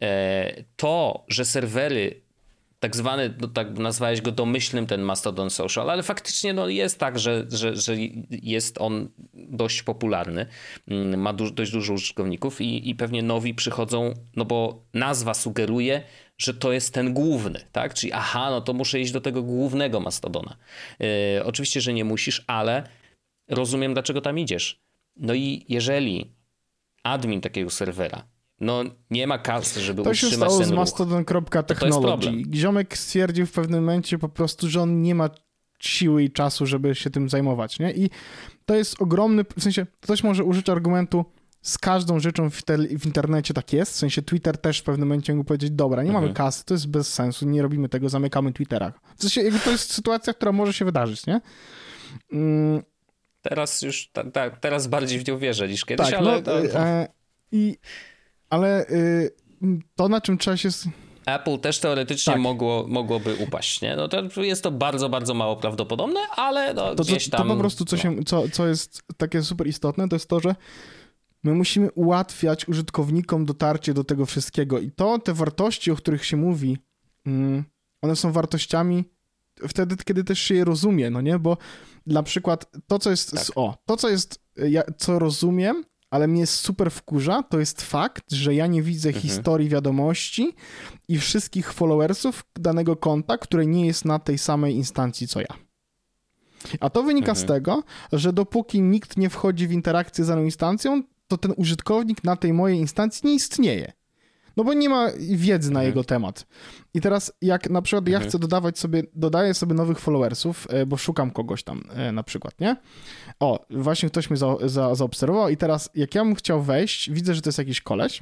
S1: To, że serwery tak zwany, no tak nazwałeś go domyślnym ten Mastodon Social, ale faktycznie no jest tak, że, że, że jest on dość popularny, ma du- dość dużo użytkowników i, i pewnie nowi przychodzą, no bo nazwa sugeruje, że to jest ten główny, tak? Czyli aha, no to muszę iść do tego głównego Mastodona. Yy, oczywiście, że nie musisz, ale rozumiem, dlaczego tam idziesz. No i jeżeli admin takiego serwera no nie ma kasy, żeby
S2: to się
S1: utrzymać
S2: stało
S1: ten
S2: z
S1: ruch,
S2: Mastodon.technology. Ziomek stwierdził w pewnym momencie po prostu, że on nie ma siły i czasu, żeby się tym zajmować, nie? I to jest ogromny, w sensie ktoś może użyć argumentu, z każdą rzeczą w, te, w internecie tak jest, w sensie Twitter też w pewnym momencie mógł powiedzieć, dobra, nie mhm. mamy kasy, to jest bez sensu, nie robimy tego, zamykamy Twittera. W sensie jakby to jest sytuacja, która może się wydarzyć, nie? Mm.
S1: Teraz już, ta, ta, teraz bardziej w nią wierzę niż kiedyś,
S2: tak,
S1: ale...
S2: No,
S1: to...
S2: e, i, ale y, to, na czym trzeba się...
S1: Apple też teoretycznie tak. mogło, mogłoby upaść, nie? No to jest to bardzo, bardzo mało prawdopodobne, ale no
S2: to,
S1: gdzieś
S2: to,
S1: tam...
S2: To po prostu, co,
S1: no.
S2: się, co, co jest takie super istotne, to jest to, że my musimy ułatwiać użytkownikom dotarcie do tego wszystkiego i to, te wartości, o których się mówi, mm, one są wartościami wtedy, kiedy też się je rozumie, no nie? Bo na przykład to, co jest... Tak. O, to, co jest... Ja, co rozumiem, ale mnie super wkurza, to jest fakt, że ja nie widzę mhm. historii wiadomości i wszystkich followersów danego konta, które nie jest na tej samej instancji co ja. A to wynika mhm. z tego, że dopóki nikt nie wchodzi w interakcję z daną instancją, to ten użytkownik na tej mojej instancji nie istnieje. No bo nie ma wiedzy na mhm. jego temat. I teraz jak na przykład mhm. ja chcę dodawać sobie, dodaję sobie nowych followersów, bo szukam kogoś tam na przykład, nie? O, właśnie ktoś mnie za, za, zaobserwował i teraz jak ja bym chciał wejść, widzę, że to jest jakiś koleś.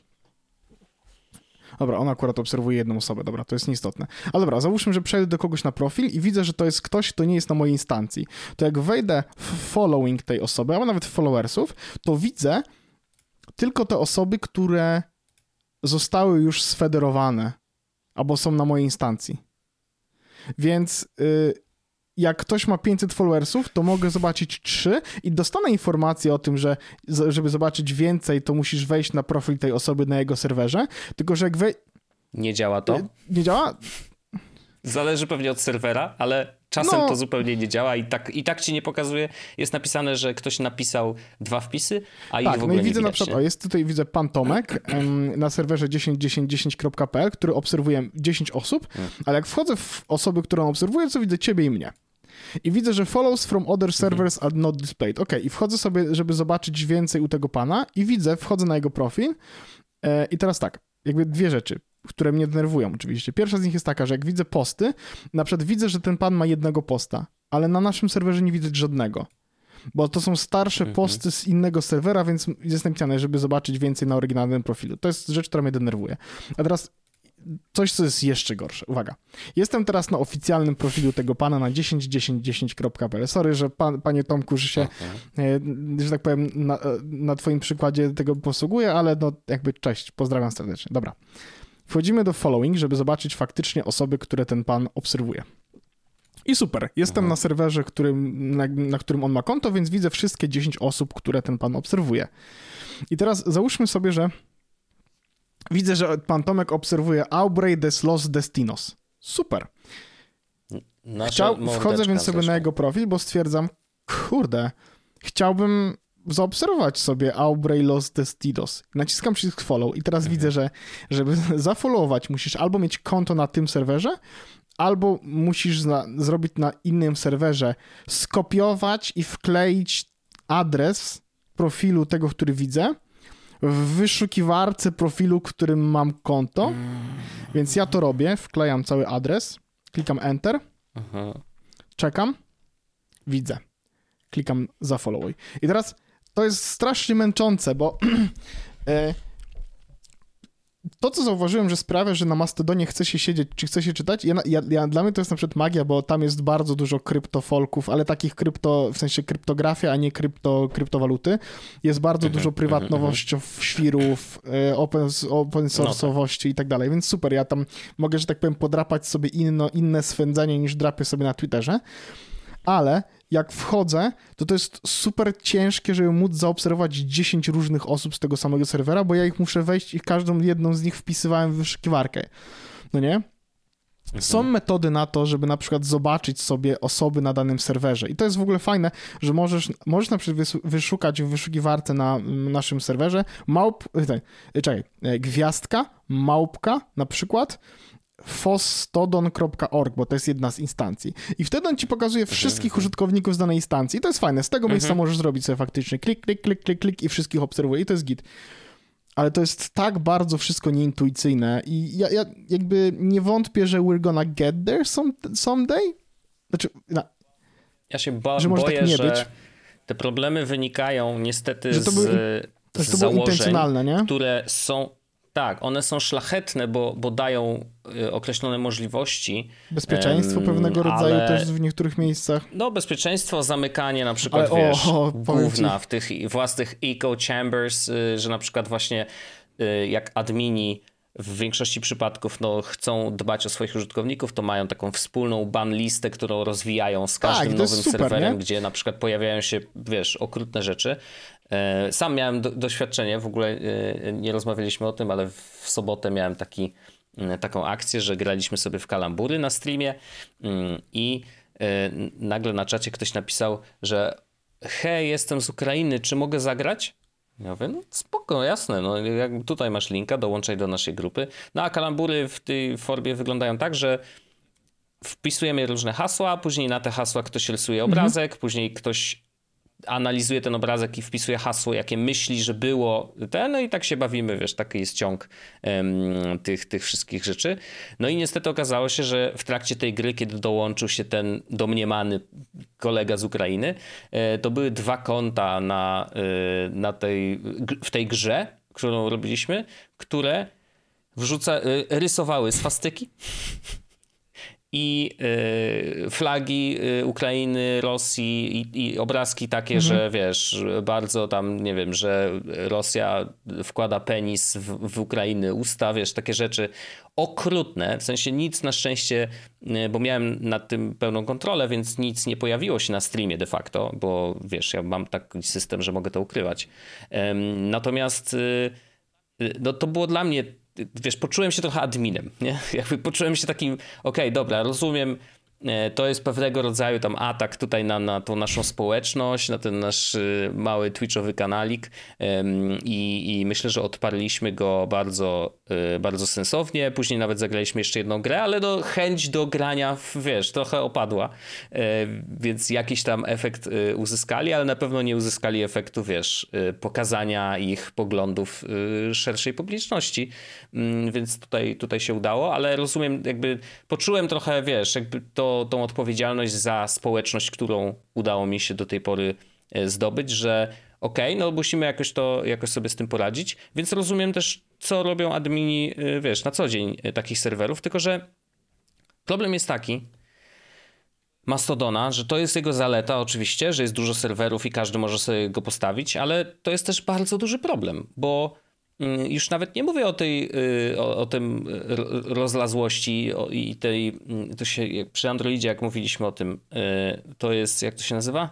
S2: Dobra, on akurat obserwuje jedną osobę, dobra, to jest nieistotne. Ale dobra, załóżmy, że przejdę do kogoś na profil i widzę, że to jest ktoś, kto nie jest na mojej instancji. To jak wejdę w following tej osoby, albo nawet w followersów, to widzę tylko te osoby, które zostały już sfederowane albo są na mojej instancji. Więc y, jak ktoś ma pięćset followersów, to mogę zobaczyć trzy i dostanę informację o tym, że żeby zobaczyć więcej, to musisz wejść na profil tej osoby na jego serwerze, tylko że jak wej...
S1: Nie działa to?
S2: Y, nie działa?
S1: Zależy pewnie od serwera, ale czasem
S2: no.
S1: to zupełnie nie działa i tak, i tak ci nie pokazuje. Jest napisane, że ktoś napisał dwa wpisy, a ich
S2: tak,
S1: w ogóle
S2: no i
S1: nie
S2: widzę
S1: widać,
S2: na przykład, o, jest tutaj, widzę pan Tomek em, na serwerze dziesięć dziesięć dziesięć kropka p l, który obserwuje dziesięć osób, hmm. ale jak wchodzę w osoby, które on obserwuje, to widzę ciebie i mnie. I widzę, że follows from other servers are not displayed. Ok, i wchodzę sobie, żeby zobaczyć więcej u tego pana i widzę, wchodzę na jego profil e, i teraz tak, jakby dwie rzeczy, które mnie denerwują oczywiście. Pierwsza z nich jest taka, że jak widzę posty, na przykład widzę, że ten pan ma jednego posta, ale na naszym serwerze nie widać żadnego, bo to są starsze mhm. posty z innego serwera, więc jest napisane, żeby zobaczyć więcej na oryginalnym profilu. To jest rzecz, która mnie denerwuje. A teraz coś, co jest jeszcze gorsze. Uwaga. Jestem teraz na oficjalnym profilu tego pana na dziesięć dziesięć dziesięć kropka p l. Sorry, że pan, panie Tomku, że się, okay. że tak powiem, na, na twoim przykładzie tego posługuję, ale no jakby cześć, pozdrawiam serdecznie. Dobra. Wchodzimy do following, żeby zobaczyć faktycznie osoby, które ten pan obserwuje. I super. Jestem mhm. na serwerze, którym, na, na którym on ma konto, więc widzę wszystkie dziesięć osób, które ten pan obserwuje. I teraz załóżmy sobie, że widzę, że pan Tomek obserwuje Aubrey des Los Destinos. Super. Chciał, wchodzę więc sobie zeszło. na jego profil, bo stwierdzam, kurde, chciałbym zaobserwować sobie Aubrey Los Destinos. Naciskam przycisk follow i teraz mhm. widzę, że żeby zafollowować musisz albo mieć konto na tym serwerze, albo musisz na, zrobić na innym serwerze, skopiować i wkleić adres profilu tego, który widzę, w wyszukiwarce profilu, którym mam konto, więc ja to robię, wklejam cały adres, klikam enter, Aha. czekam, widzę, klikam zafollowuj. I teraz to jest strasznie męczące, bo to, co zauważyłem, że sprawia, że na Mastodonie chce się siedzieć, czy chce się czytać, ja, ja, ja, dla mnie to jest na przykład magia, bo tam jest bardzo dużo kryptofolków, ale takich krypto, w sensie kryptografia, a nie krypto, kryptowaluty. Jest bardzo dużo prywatnością, świrów, open, open source'owości i tak dalej, więc super, ja tam mogę, że tak powiem, podrapać sobie inno, inne swędzenie niż drapię sobie na Twitterze, ale jak wchodzę, to to jest super ciężkie, żeby móc zaobserwować dziesięć różnych osób z tego samego serwera, bo ja ich muszę wejść i każdą jedną z nich wpisywałem w wyszukiwarkę, no nie? Są metody na to, żeby na przykład zobaczyć sobie osoby na danym serwerze i to jest w ogóle fajne, że możesz, możesz na przykład wyszukać w wyszukiwarce na naszym serwerze małp, czekaj, gwiazdka, małpka na przykład, fosstodon kropka org, bo to jest jedna z instancji. I wtedy on ci pokazuje wszystkich mhm. użytkowników z danej instancji. I to jest fajne. Z tego mhm. miejsca możesz zrobić sobie faktycznie klik, klik, klik, klik, klik i wszystkich obserwuje. I to jest git. Ale to jest tak bardzo wszystko nieintuicyjne i ja, ja jakby nie wątpię, że we're gonna get there some, someday. Znaczy, no,
S1: ja się ba-
S2: że może
S1: boję,
S2: tak nie
S1: że
S2: być.
S1: Te problemy wynikają niestety
S2: że to
S1: z,
S2: był,
S1: z
S2: to
S1: założeń,
S2: intencjonalne, nie?
S1: które są tak, one są szlachetne, bo, bo dają y, określone możliwości.
S2: Bezpieczeństwo um, pewnego rodzaju ale, też w niektórych miejscach.
S1: No bezpieczeństwo, zamykanie na przykład,
S2: ale,
S1: wiesz,
S2: o, o,
S1: gówna w tych własnych echo chambers, y, że na przykład właśnie y, jak admini w większości przypadków no, chcą dbać o swoich użytkowników, to mają taką wspólną ban listę, którą rozwijają z każdym
S2: tak,
S1: nowym
S2: super,
S1: serwerem,
S2: nie?
S1: gdzie na przykład pojawiają się, wiesz, okrutne rzeczy. Sam miałem do, doświadczenie, w ogóle nie rozmawialiśmy o tym, ale w sobotę miałem taki, taką akcję, że graliśmy sobie w kalambury na streamie i nagle na czacie ktoś napisał, że hej, jestem z Ukrainy, czy mogę zagrać? Ja mówię, no spoko, jasne, no jak tutaj masz linka, dołączaj do naszej grupy. No a kalambury w tej formie wyglądają tak, że wpisujemy różne hasła, później na te hasła ktoś rysuje obrazek, mhm. później ktoś analizuje ten obrazek i wpisuje hasło, jakie myśli, że było te, no i tak się bawimy, wiesz, taki jest ciąg um, tych, tych wszystkich rzeczy. No i niestety okazało się, że w trakcie tej gry, kiedy dołączył się ten domniemany kolega z Ukrainy, e, to były dwa konta na, e, na tej, w tej grze, którą robiliśmy, które wrzuca, e, rysowały swastyki i y, flagi y, Ukrainy, Rosji i, i obrazki takie, mhm. że wiesz, bardzo tam, nie wiem, że Rosja wkłada penis w, w Ukrainy, usta, wiesz, takie rzeczy okrutne, w sensie nic na szczęście, bo miałem nad tym pełną kontrolę, więc nic nie pojawiło się na streamie de facto, bo wiesz, ja mam taki system, że mogę to ukrywać. Um, natomiast y, no to było dla mnie, wiesz, poczułem się trochę adminem, nie? Jakby poczułem się takim, okej, okay, dobra, rozumiem, to jest pewnego rodzaju tam atak tutaj na, na tą naszą społeczność, na ten nasz mały twitchowy kanalik i, i myślę, że odparliśmy go bardzo, bardzo sensownie. Później nawet zagraliśmy jeszcze jedną grę, ale no, chęć do grania, wiesz, trochę opadła, więc jakiś tam efekt uzyskali, ale na pewno nie uzyskali efektu, wiesz, pokazania ich poglądów szerszej publiczności, więc tutaj, tutaj się udało, ale rozumiem, jakby poczułem trochę, wiesz, jakby to tą odpowiedzialność za społeczność, którą udało mi się do tej pory zdobyć, że okej, okay, no musimy jakoś to, jakoś sobie z tym poradzić, więc rozumiem też, co robią admini, wiesz, na co dzień takich serwerów, tylko że problem jest taki, Mastodona, że to jest jego zaleta oczywiście, że jest dużo serwerów i każdy może sobie go postawić, ale to jest też bardzo duży problem, bo już nawet nie mówię o tej, o, o tym rozlazłości i tej, to się przy Androidzie, jak mówiliśmy o tym, to jest, jak to się nazywa?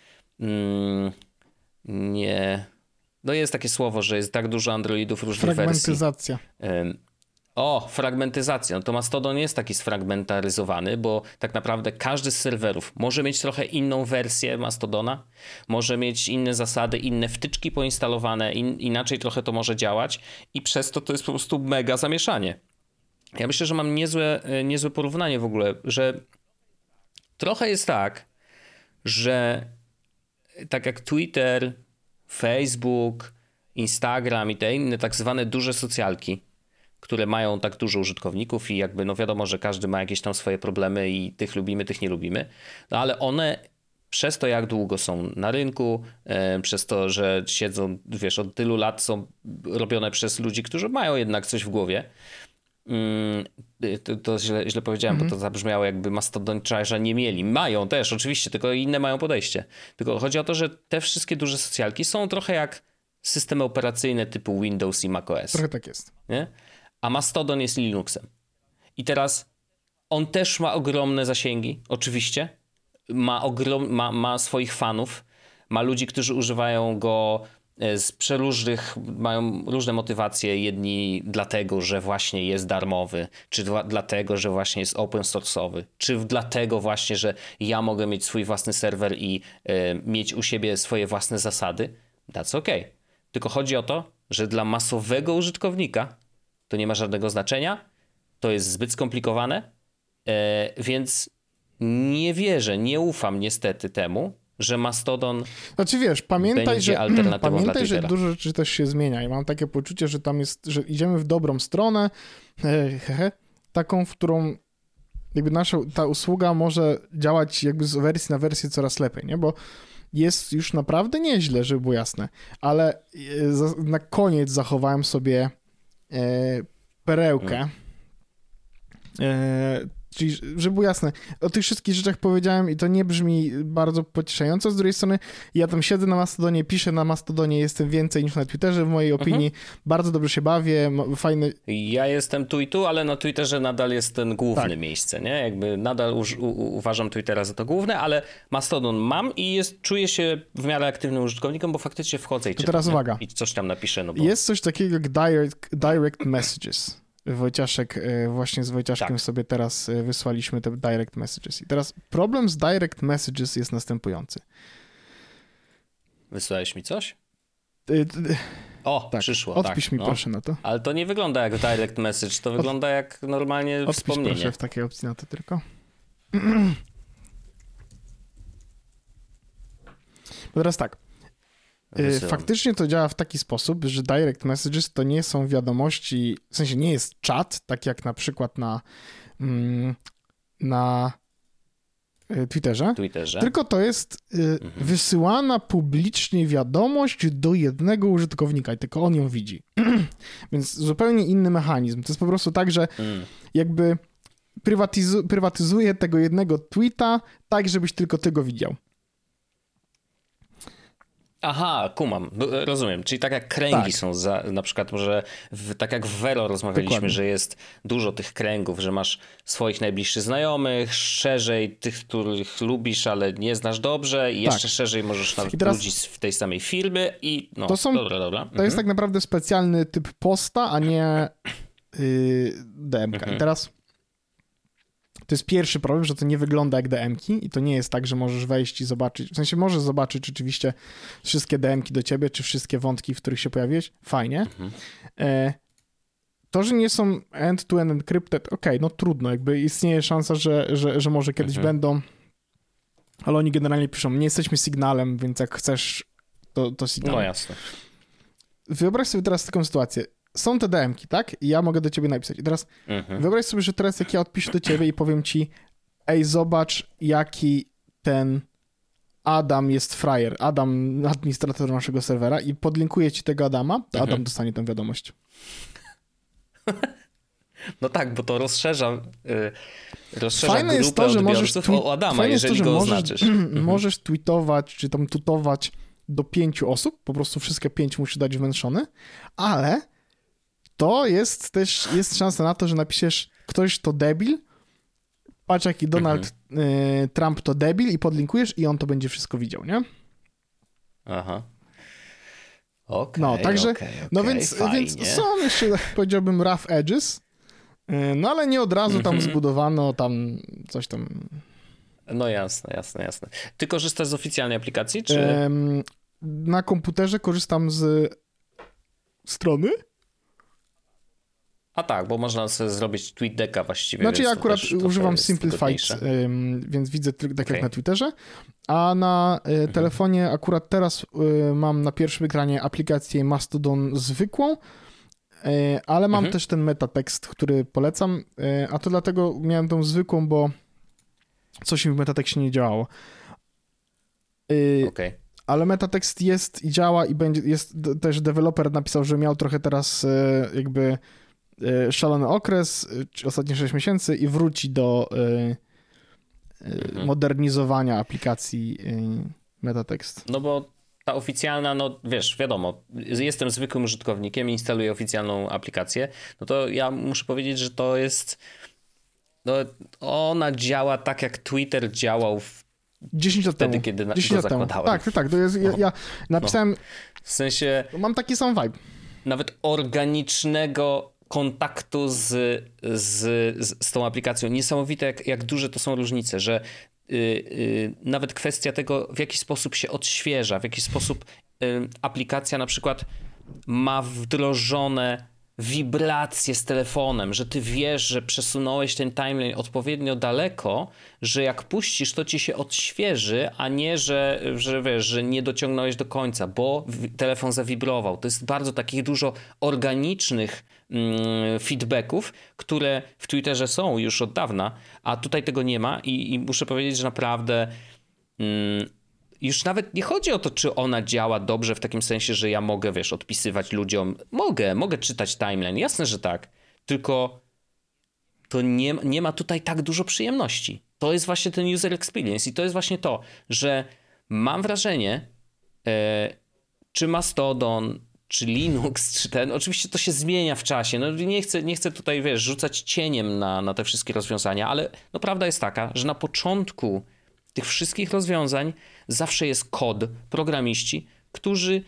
S1: Nie, no jest takie słowo, że jest tak dużo Androidów różnych
S2: fragmentyzacja.
S1: wersji. Fragmentyzacja. O, fragmentyzacja. No to Mastodon jest taki sfragmentaryzowany, bo tak naprawdę każdy z serwerów może mieć trochę inną wersję Mastodona, może mieć inne zasady, inne wtyczki poinstalowane, in, inaczej trochę to może działać i przez to to jest po prostu mega zamieszanie. Ja myślę, że mam niezłe, niezłe porównanie w ogóle, że trochę jest tak, że tak jak Twitter, Facebook, Instagram i te inne tak zwane duże socjalki, które mają tak dużo użytkowników i jakby no wiadomo, że każdy ma jakieś tam swoje problemy i tych lubimy, tych nie lubimy, no ale one Przez to, jak długo są na rynku, e, przez to, że siedzą, wiesz, od tylu lat są robione przez ludzi, którzy mają jednak coś w głowie. Mm, to, to źle, źle powiedziałem, mm-hmm. bo to zabrzmiało, jakby mastodonczarze nie mieli. Mają też, oczywiście, tylko inne mają podejście. Tylko chodzi o to, że te wszystkie duże socjalki są trochę jak systemy operacyjne typu Windows i macOS.
S2: Trochę tak jest.
S1: Nie? A Mastodon jest Linuxem. I teraz on też ma ogromne zasięgi, oczywiście. Ma, ogrom, ma, ma swoich fanów. Ma ludzi, którzy używają go z przeróżnych, mają różne motywacje. Jedni dlatego, że właśnie jest darmowy, czy dla, dlatego, że właśnie jest open source'owy, czy dlatego właśnie, że ja mogę mieć swój własny serwer i y, mieć u siebie swoje własne zasady. That's okay. Tylko chodzi o to, że dla masowego użytkownika to nie ma żadnego znaczenia. To jest zbyt skomplikowane, y, więc nie wierzę, nie ufam niestety temu, że Mastodon
S2: znaczy wiesz, pamiętaj, że, pamiętaj, że
S1: dla
S2: dużo rzeczy też się zmienia i mam takie poczucie, że tam jest, że idziemy w dobrą stronę, he, he, he, taką, w którą jakby nasza, ta usługa może działać jakby z wersji na wersję coraz lepiej, nie? Bo jest już naprawdę nieźle, żeby było jasne, ale na koniec zachowałem sobie e, perełkę, hmm. e, Czyli, żeby było jasne, o tych wszystkich rzeczach powiedziałem i to nie brzmi bardzo pocieszająco. Z drugiej strony ja tam siedzę na Mastodonie, piszę na Mastodonie, jestem więcej niż na Twitterze w mojej opinii. Mhm. Bardzo dobrze się bawię, fajny...
S1: Ja jestem tu i tu, ale na Twitterze nadal jest ten główny tak. miejsce, nie? Jakby nadal u, u, uważam Twittera za to główne, ale Mastodon mam i jest, czuję się w miarę aktywnym użytkownikiem, bo faktycznie wchodzę i
S2: to
S1: czytam.
S2: Teraz
S1: nie?
S2: uwaga.
S1: I coś tam napiszę. No bo...
S2: Jest coś takiego jak direct, direct messages. Wojciaszek, właśnie z Wojciaszkiem tak. sobie teraz wysłaliśmy te direct messages. I teraz problem z direct messages jest następujący.
S1: Wysłałeś mi coś?
S2: Y, y,
S1: o, tak. przyszło.
S2: Odpisz
S1: tak,
S2: mi
S1: no.
S2: proszę na to.
S1: Ale to nie wygląda jak direct message, to Od... wygląda jak normalnie
S2: Odpisz
S1: wspomnienie.
S2: Odpisz proszę w takiej opcji na to tylko. Bo teraz tak. Wysyłam. Faktycznie to działa w taki sposób, że direct messages to nie są wiadomości, w sensie nie jest czat, tak jak na przykład na, na Twitterze,
S1: Twitterze,
S2: tylko to jest mhm. wysyłana publicznie wiadomość do jednego użytkownika i tylko on ją widzi. Więc zupełnie inny mechanizm. To jest po prostu tak, że mm. jakby prywatyzu- prywatyzuje tego jednego tweeta tak, żebyś tylko ty go widział.
S1: Aha, kumam, rozumiem. Czyli tak jak kręgi tak. są, za, na przykład może w, tak jak w Vero rozmawialiśmy, Dokładnie. że jest dużo tych kręgów, że masz swoich najbliższych znajomych, szerzej tych, których lubisz, ale nie znasz dobrze i jeszcze tak. szerzej możesz nawet teraz... ludzi w tej samej firmy i no,
S2: to są,
S1: dobra, dobra.
S2: To
S1: mhm.
S2: jest tak naprawdę specjalny typ posta, a nie yy, D M K. Mhm. I teraz to jest pierwszy problem, że to nie wygląda jak D M-ki i to nie jest tak, że możesz wejść i zobaczyć, w sensie możesz zobaczyć oczywiście wszystkie D M-ki do ciebie, czy wszystkie wątki, w których się pojawiłeś, fajnie. Mhm. E, to, że nie są end-to-end encrypted, okej, okay, no trudno, jakby istnieje szansa, że, że, że może kiedyś mhm. będą, ale oni generalnie piszą, nie jesteśmy Signalem, więc jak chcesz, to, to Signal.
S1: No jasne.
S2: Wyobraź sobie teraz taką sytuację. Są te D M-ki, tak? I ja mogę do ciebie napisać. I teraz mhm. wyobraź sobie, że teraz jak ja odpiszę do ciebie i powiem ci, ej, zobacz, jaki ten Adam jest frajer. Adam, administrator naszego serwera i podlinkuję ci tego Adama, to mhm. Adam dostanie tę wiadomość.
S1: No tak, bo to rozszerza, yy, rozszerza
S2: Fajne
S1: grupę
S2: jest to, że możesz
S1: twi- o Adama, jeżeli to, go
S2: możesz,
S1: oznaczysz.
S2: Możesz tweetować, czy tam tutować do pięciu osób, po prostu wszystkie pięć musisz dać wmęczony, ale to jest też, jest szansa na to, że napiszesz ktoś to debil, patrz jaki Donald mhm. y, Trump to debil i podlinkujesz i on to będzie wszystko widział, nie?
S1: Aha. Okay,
S2: no, także,
S1: okay, okay,
S2: no więc, więc są jeszcze, powiedziałbym, rough edges, y, no ale nie od razu tam zbudowano tam coś tam.
S1: No jasne, jasne, jasne. Ty korzystasz z oficjalnej aplikacji, czy?
S2: Ym, na komputerze korzystam z strony.
S1: A tak, bo można sobie zrobić TweetDecka właściwie.
S2: Znaczy ja akurat używam Simplified, ym, więc widzę tak okay. jak na Twitterze, a na y, mhm. telefonie akurat teraz y, mam na pierwszym ekranie aplikację Mastodon zwykłą, y, ale mam mhm. też ten metatekst, który polecam, y, a to dlatego miałem tą zwykłą, bo coś mi w metatexcie nie działało. Yy,
S1: Okej. Okay.
S2: Ale metatekst jest i działa i będzie, jest też deweloper napisał, że miał trochę teraz yy, jakby yy, szalony okres, yy, ostatnie sześć miesięcy i wróci do yy, yy, mhm. modernizowania aplikacji yy, metatekst.
S1: No bo ta oficjalna, no wiesz, wiadomo, jestem zwykłym użytkownikiem, instaluję oficjalną aplikację, no to ja muszę powiedzieć, że to jest, no ona działa tak jak Twitter działał w
S2: dziesięć lat
S1: wtedy,
S2: temu.
S1: kiedy na,
S2: dziesięć
S1: go
S2: lat
S1: zakładałem.
S2: Temu. Tak, tak, to jest, ja, ja napisałem,
S1: no. W sensie...
S2: Mam taki sam vibe.
S1: Nawet organicznego kontaktu z, z, z, z tą aplikacją. Niesamowite, jak, jak duże to są różnice, że Yy, yy, nawet kwestia tego, w jaki sposób się odświeża, w jaki sposób yy, aplikacja na przykład ma wdrożone wibracje z telefonem, że ty wiesz, że przesunąłeś ten timeline odpowiednio daleko, że jak puścisz, to ci się odświeży, a nie, że, że wiesz, że nie dociągnąłeś do końca, bo telefon zawibrował. To jest bardzo takich dużo organicznych mm, feedbacków, które w Twitterze są już od dawna, a tutaj tego nie ma i, i muszę powiedzieć, że naprawdę mm, już nawet nie chodzi o to, czy ona działa dobrze w takim sensie, że ja mogę, wiesz, odpisywać ludziom. Mogę, mogę czytać timeline, jasne, że tak. Tylko to nie, nie ma tutaj tak dużo przyjemności. To jest właśnie ten user experience i to jest właśnie to, że mam wrażenie, e, czy Mastodon, czy Linux, czy ten, oczywiście to się zmienia w czasie. No nie chcę, nie chcę tutaj, wiesz, rzucać cieniem na, na te wszystkie rozwiązania, ale no prawda jest taka, że na początku tych wszystkich rozwiązań zawsze jest kod, programiści, którzy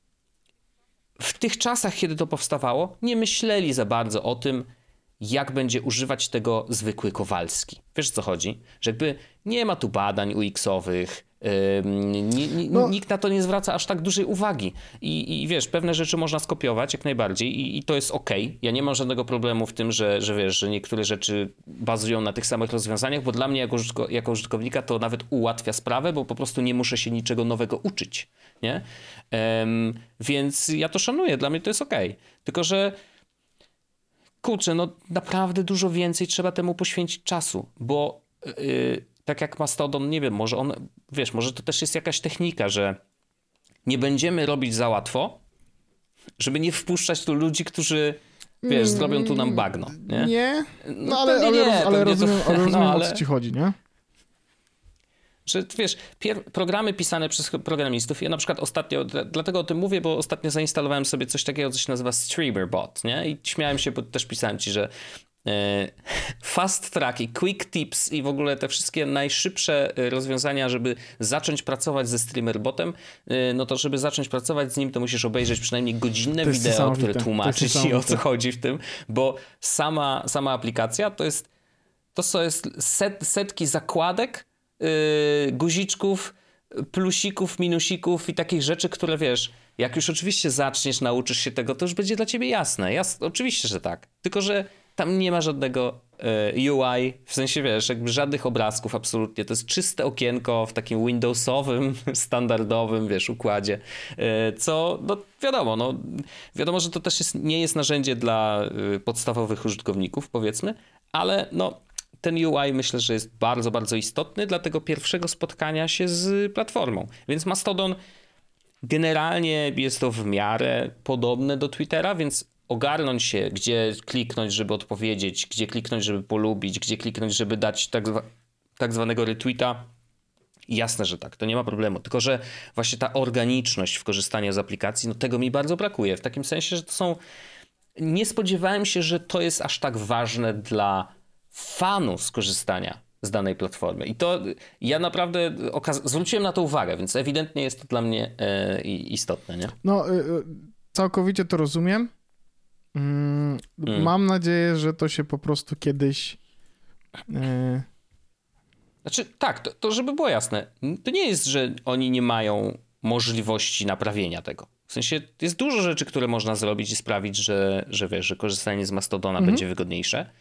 S1: w tych czasach, kiedy to powstawało, nie myśleli za bardzo o tym, jak będzie używać tego zwykły Kowalski. Wiesz, o co chodzi? Że jakby nie ma tu badań U X-owych, yy, nie, nie, no. nikt na to nie zwraca aż tak dużej uwagi. I, i wiesz, pewne rzeczy można skopiować jak najbardziej i, i to jest okej. Okay. Ja nie mam żadnego problemu w tym, że, że wiesz, że niektóre rzeczy bazują na tych samych rozwiązaniach, bo dla mnie jako, użytko, jako użytkownika to nawet ułatwia sprawę, bo po prostu nie muszę się niczego nowego uczyć, nie? Um, więc ja to szanuję, dla mnie to jest okej. Okay. Tylko, że kurczę, no naprawdę dużo więcej trzeba temu poświęcić czasu, bo yy, tak jak Mastodon, nie wiem, może on, wiesz, może to też jest jakaś technika, że nie będziemy robić za łatwo, żeby nie wpuszczać tu ludzi, którzy, wiesz, zrobią tu nam bagno, nie?
S2: Nie, no,
S1: no
S2: ale, ale,
S1: nie,
S2: roz, ale rozumiem,
S1: to,
S2: ale rozumiem
S1: no, ale...
S2: o co ci chodzi, nie?
S1: Że wiesz, pier- programy pisane przez programistów, ja na przykład ostatnio, dlatego o tym mówię, bo ostatnio zainstalowałem sobie coś takiego, co się nazywa StreamerBot, nie? I śmiałem się, bo też pisałem ci, że e, fast track i quick tips i w ogóle te wszystkie najszybsze rozwiązania, żeby zacząć pracować ze StreamerBotem, e, no to żeby zacząć pracować z nim, to musisz obejrzeć przynajmniej godzinne wideo, które tłumaczy ci, o co chodzi w tym, bo sama, sama aplikacja to jest, to jest set, setki zakładek, Yy, guziczków, plusików, minusików i takich rzeczy, które wiesz, jak już oczywiście zaczniesz, nauczysz się tego, to już będzie dla ciebie jasne. Jas- oczywiście, że tak. Tylko, że tam nie ma żadnego yy, U I, w sensie wiesz, jakby żadnych obrazków absolutnie. To jest czyste okienko w takim Windowsowym, standardowym, wiesz, układzie. Yy, co, no wiadomo, no wiadomo, że to też jest, nie jest narzędzie dla yy, podstawowych użytkowników, powiedzmy, ale no ten U I myślę, że jest bardzo, bardzo istotny dla tego pierwszego spotkania się z platformą. Więc Mastodon generalnie jest to w miarę podobne do Twittera, więc ogarnąć się, gdzie kliknąć, żeby odpowiedzieć, gdzie kliknąć, żeby polubić, gdzie kliknąć, żeby dać tak, zwa- tak zwanego retweeta. Jasne, że tak, to nie ma problemu. Tylko, że właśnie ta organiczność w korzystaniu z aplikacji, no tego mi bardzo brakuje. W takim sensie, że to są... Nie spodziewałem się, że to jest aż tak ważne dla fanów skorzystania z danej platformy. I to ja naprawdę okaz- zwróciłem na to uwagę, więc ewidentnie jest to dla mnie e, istotne, nie?
S2: No, y, całkowicie to rozumiem. Mm, mm. Mam nadzieję, że to się po prostu kiedyś... Y...
S1: Znaczy, tak, to, to żeby było jasne, to nie jest, że oni nie mają możliwości naprawienia tego. W sensie jest dużo rzeczy, które można zrobić i sprawić, że, że wiesz, że korzystanie z Mastodona mhm. będzie wygodniejsze.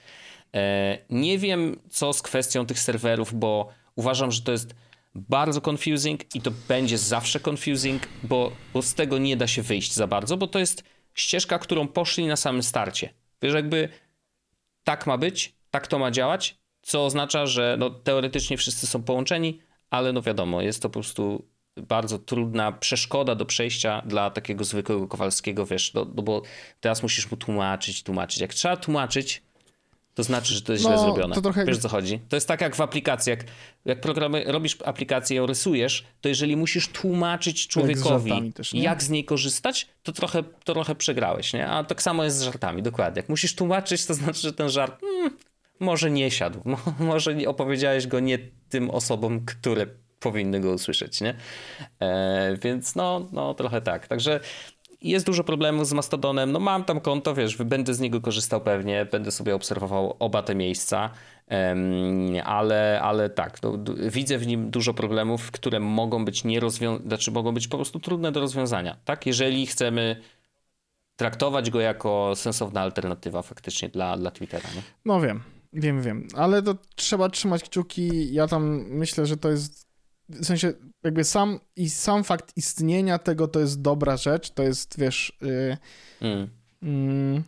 S1: Nie wiem, co z kwestią tych serwerów, bo uważam, że to jest bardzo confusing i to będzie zawsze confusing, bo, bo z tego nie da się wyjść za bardzo, bo to jest ścieżka, którą poszli na samym starcie. Wiesz, jakby tak ma być, tak to ma działać, co oznacza, że no, teoretycznie wszyscy są połączeni, ale no wiadomo, jest to po prostu bardzo trudna przeszkoda do przejścia dla takiego zwykłego Kowalskiego, wiesz, no, no bo teraz musisz mu tłumaczyć, tłumaczyć. Jak trzeba tłumaczyć, to znaczy, że to jest
S2: no,
S1: źle zrobione.
S2: To trochę...
S1: Wiesz, o co chodzi? To jest tak jak w aplikacji, jak, jak programy, robisz aplikację i ją rysujesz, to jeżeli musisz tłumaczyć człowiekowi, jak, też, jak z niej korzystać, to trochę, to trochę przegrałeś, nie? A tak samo jest z żartami, dokładnie. Jak musisz tłumaczyć, to znaczy, że ten żart hmm, może nie siadł, może nie opowiedziałeś go nie tym osobom, które powinny go usłyszeć, nie? E, więc no, no trochę tak. Także jest dużo problemów z Mastodonem. No mam tam konto, wiesz, będę z niego korzystał pewnie, będę sobie obserwował oba te miejsca, um, ale, ale tak, no, widzę w nim dużo problemów, które mogą być nierozwią- znaczy mogą być po prostu trudne do rozwiązania, tak? Jeżeli chcemy traktować go jako sensowna alternatywa faktycznie dla, dla Twittera, nie?
S2: No wiem, wiem, wiem, ale to trzeba trzymać kciuki. Ja tam myślę, że to jest w sensie jakby sam i sam fakt istnienia tego to jest dobra rzecz, to jest, wiesz... Yy, mm. Yy,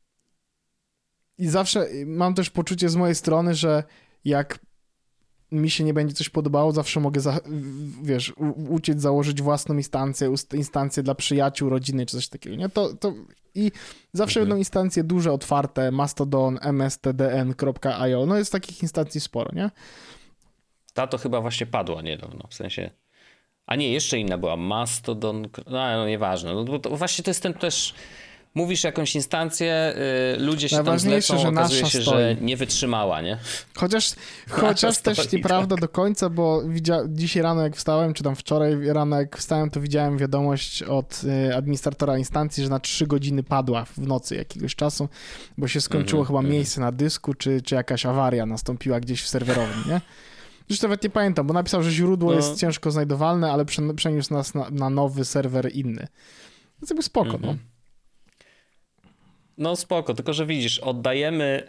S2: I zawsze mam też poczucie z mojej strony, że jak mi się nie będzie coś podobało, zawsze mogę, za, wiesz, u, uciec, założyć własną instancję, instancję dla przyjaciół, rodziny, czy coś takiego, nie? To, to i zawsze mhm. będą instancje duże, otwarte, Mastodon, m s t d n kropka i o, no jest takich instancji sporo, nie?
S1: Ta to chyba właśnie padła niedawno, w sensie... A nie, jeszcze inna była, Mastodon... No, no nieważne, no, bo to właśnie to jest ten też... Mówisz jakąś instancję, yy, ludzie się tam zlecą, że okazuje się, stoi. że nie wytrzymała, nie?
S2: Chociaż, chociaż też nieprawda tak. do końca, bo widzia... dzisiaj rano jak wstałem, czy tam wczoraj rano jak wstałem, to widziałem wiadomość od y, administratora instancji, że na trzy godziny padła w nocy jakiegoś czasu, bo się skończyło mm-hmm, chyba mm-hmm. miejsce na dysku, czy, czy jakaś awaria nastąpiła gdzieś w serwerowni, nie? Już nawet nie pamiętam, bo napisał, że źródło no. jest ciężko znajdowalne, ale przeniósł nas na, na nowy serwer inny. Więc jakby spoko, mm-hmm. no.
S1: No spoko, tylko że widzisz, oddajemy...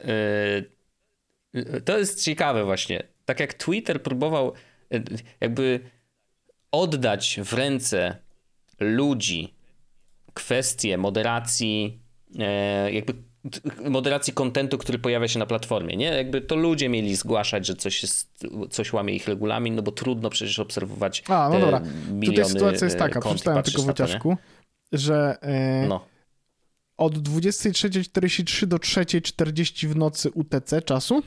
S1: Yy, to jest ciekawe właśnie. Tak jak Twitter próbował yy, jakby oddać w ręce ludzi kwestię moderacji, yy, jakby moderacji kontentu, który pojawia się na platformie, nie? Jakby to ludzie mieli zgłaszać, że coś jest, coś łamie ich regulamin, no bo trudno przecież obserwować
S2: A, no
S1: te
S2: dobra.
S1: miliony
S2: Tutaj sytuacja jest taka, przeczytałem tylko wyciążku, że yy, no. od dwudziestej trzeciej czterdzieści trzy do trzeciej czterdzieści w nocy U T C czasu,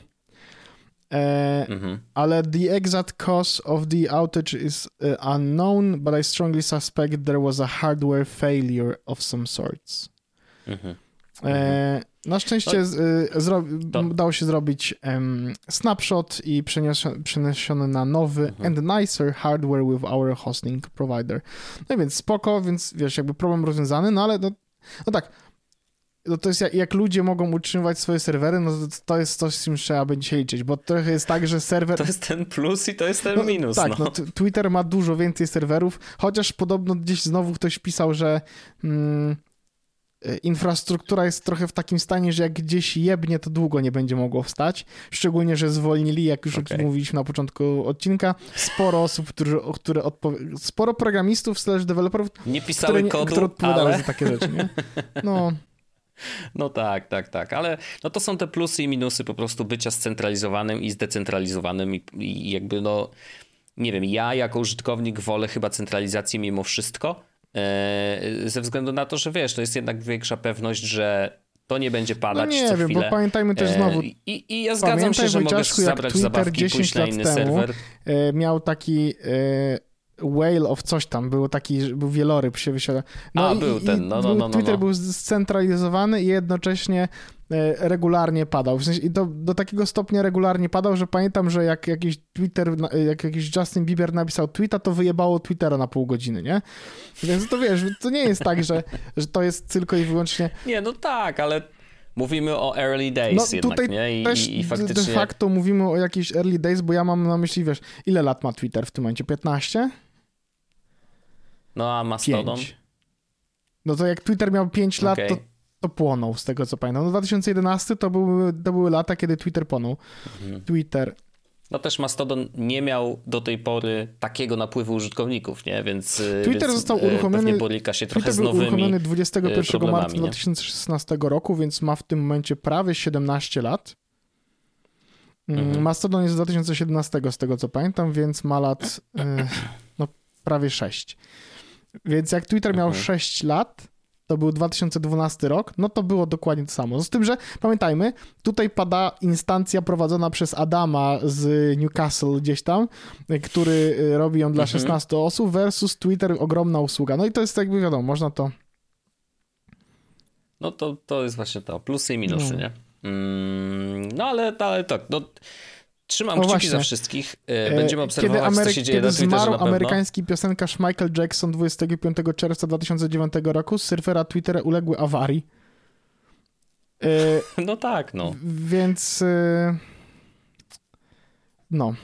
S2: e, mm-hmm. ale the exact cause of the outage is uh, unknown, but I strongly suspect there was a hardware failure of some sorts. Mm-hmm. E, na szczęście no, z, zro- to... udało się zrobić um, snapshot i przeniosio- przeniesiony na nowy mm-hmm. and nicer hardware with our hosting provider. No więc spoko, więc wiesz, jakby problem rozwiązany, no ale no, no tak, no to jest jak, jak ludzie mogą utrzymywać swoje serwery, no to, to jest coś, z czym trzeba będzie się liczyć, bo trochę jest tak, że serwer...
S1: To jest ten plus i to jest ten
S2: no,
S1: minus.
S2: Tak,
S1: no.
S2: no, t- Twitter ma dużo więcej serwerów, chociaż podobno gdzieś znowu ktoś pisał, że mm, infrastruktura jest trochę w takim stanie, że jak gdzieś jebnie, to długo nie będzie mogło wstać, szczególnie, że zwolnili, jak już okay. mówiliśmy na początku odcinka, sporo osób, którzy, które odpo- sporo programistów, slash deweloperów,
S1: nie pisały
S2: które, nie,
S1: kodu,
S2: które odpowiadały
S1: ale...
S2: za takie rzeczy, nie? No...
S1: No tak, tak, tak, ale no to są te plusy i minusy po prostu bycia scentralizowanym i zdecentralizowanym i, i jakby no, nie wiem, ja jako użytkownik wolę chyba centralizację mimo wszystko, yy, ze względu na to, że wiesz, to jest jednak większa pewność, że to nie będzie padać
S2: no nie
S1: co
S2: wiem,
S1: chwilę.
S2: Bo pamiętajmy też znowu...
S1: Yy, i, I ja zgadzam się, że mogę zabrać zabawki i pójść na inny temu, serwer.
S2: Yy, miał taki... Yy... Whale of coś tam, był taki, był wieloryb się wysiada. No
S1: A,
S2: i,
S1: był
S2: i,
S1: ten, no, no, no, no.
S2: Twitter
S1: no.
S2: był scentralizowany i jednocześnie regularnie padał. W sensie, i do, do takiego stopnia regularnie padał, że pamiętam, że jak jakiś Twitter, jak jakiś Justin Bieber napisał tweeta, to wyjebało Twittera na pół godziny, nie? Więc to wiesz, to nie jest tak, że, że to jest tylko i wyłącznie...
S1: Nie, no tak, ale... Mówimy o early days no, jednak,
S2: tutaj
S1: nie? I,
S2: też
S1: i, i faktycznie...
S2: de facto mówimy o jakichś early days, bo ja mam na myśli, wiesz, ile lat ma Twitter w tym momencie? piętnaście?
S1: No a Mastodon?
S2: pięć. No to jak Twitter miał pięć lat, okay. to, to płonął, z tego co pamiętam. No dwa tysiące jedenasty to były, to były lata, kiedy Twitter płonął. Mhm. Twitter.
S1: No też Mastodon nie miał do tej pory takiego napływu użytkowników, nie? Więc
S2: Twitter
S1: więc
S2: został uruchomiony,
S1: boryka się trochę
S2: Twitter
S1: z
S2: był
S1: nowymi
S2: uruchomiony dwudziestego pierwszego marca
S1: nie?
S2: dwa tysiące szesnastego roku, więc ma w tym momencie prawie siedemnaście lat. Mhm. Mastodon jest z dwa tysiące siedemnastego z tego co pamiętam, więc ma lat... no prawie sześć. Więc jak Twitter miał
S1: Mhm.
S2: sześć lat, to był dwa tysiące dwunasty rok, no to było dokładnie to samo. Z tym, że pamiętajmy, tutaj pada instancja prowadzona przez Adama z Newcastle gdzieś tam, który robi ją dla
S1: Mhm.
S2: szesnastu osób versus Twitter, ogromna usługa. No i to jest jakby wiadomo, można to...
S1: No to, to jest właśnie to, plusy i minusy,
S2: No.
S1: nie? Mm, no ale, ale tak, no, trzymam
S2: O,
S1: kciuki
S2: właśnie.
S1: za wszystkich. E, Będziemy obserwować,
S2: kiedy
S1: co
S2: Amery-
S1: się dzieje
S2: kiedy
S1: na Twitterze
S2: zmarł
S1: na pewno.
S2: amerykański piosenkarz Michael Jackson dwudziestego piątego czerwca dwa tysiące dziewiątego roku, serwery Twittera uległy awarii. E,
S1: No tak, no.
S2: Więc... e, No.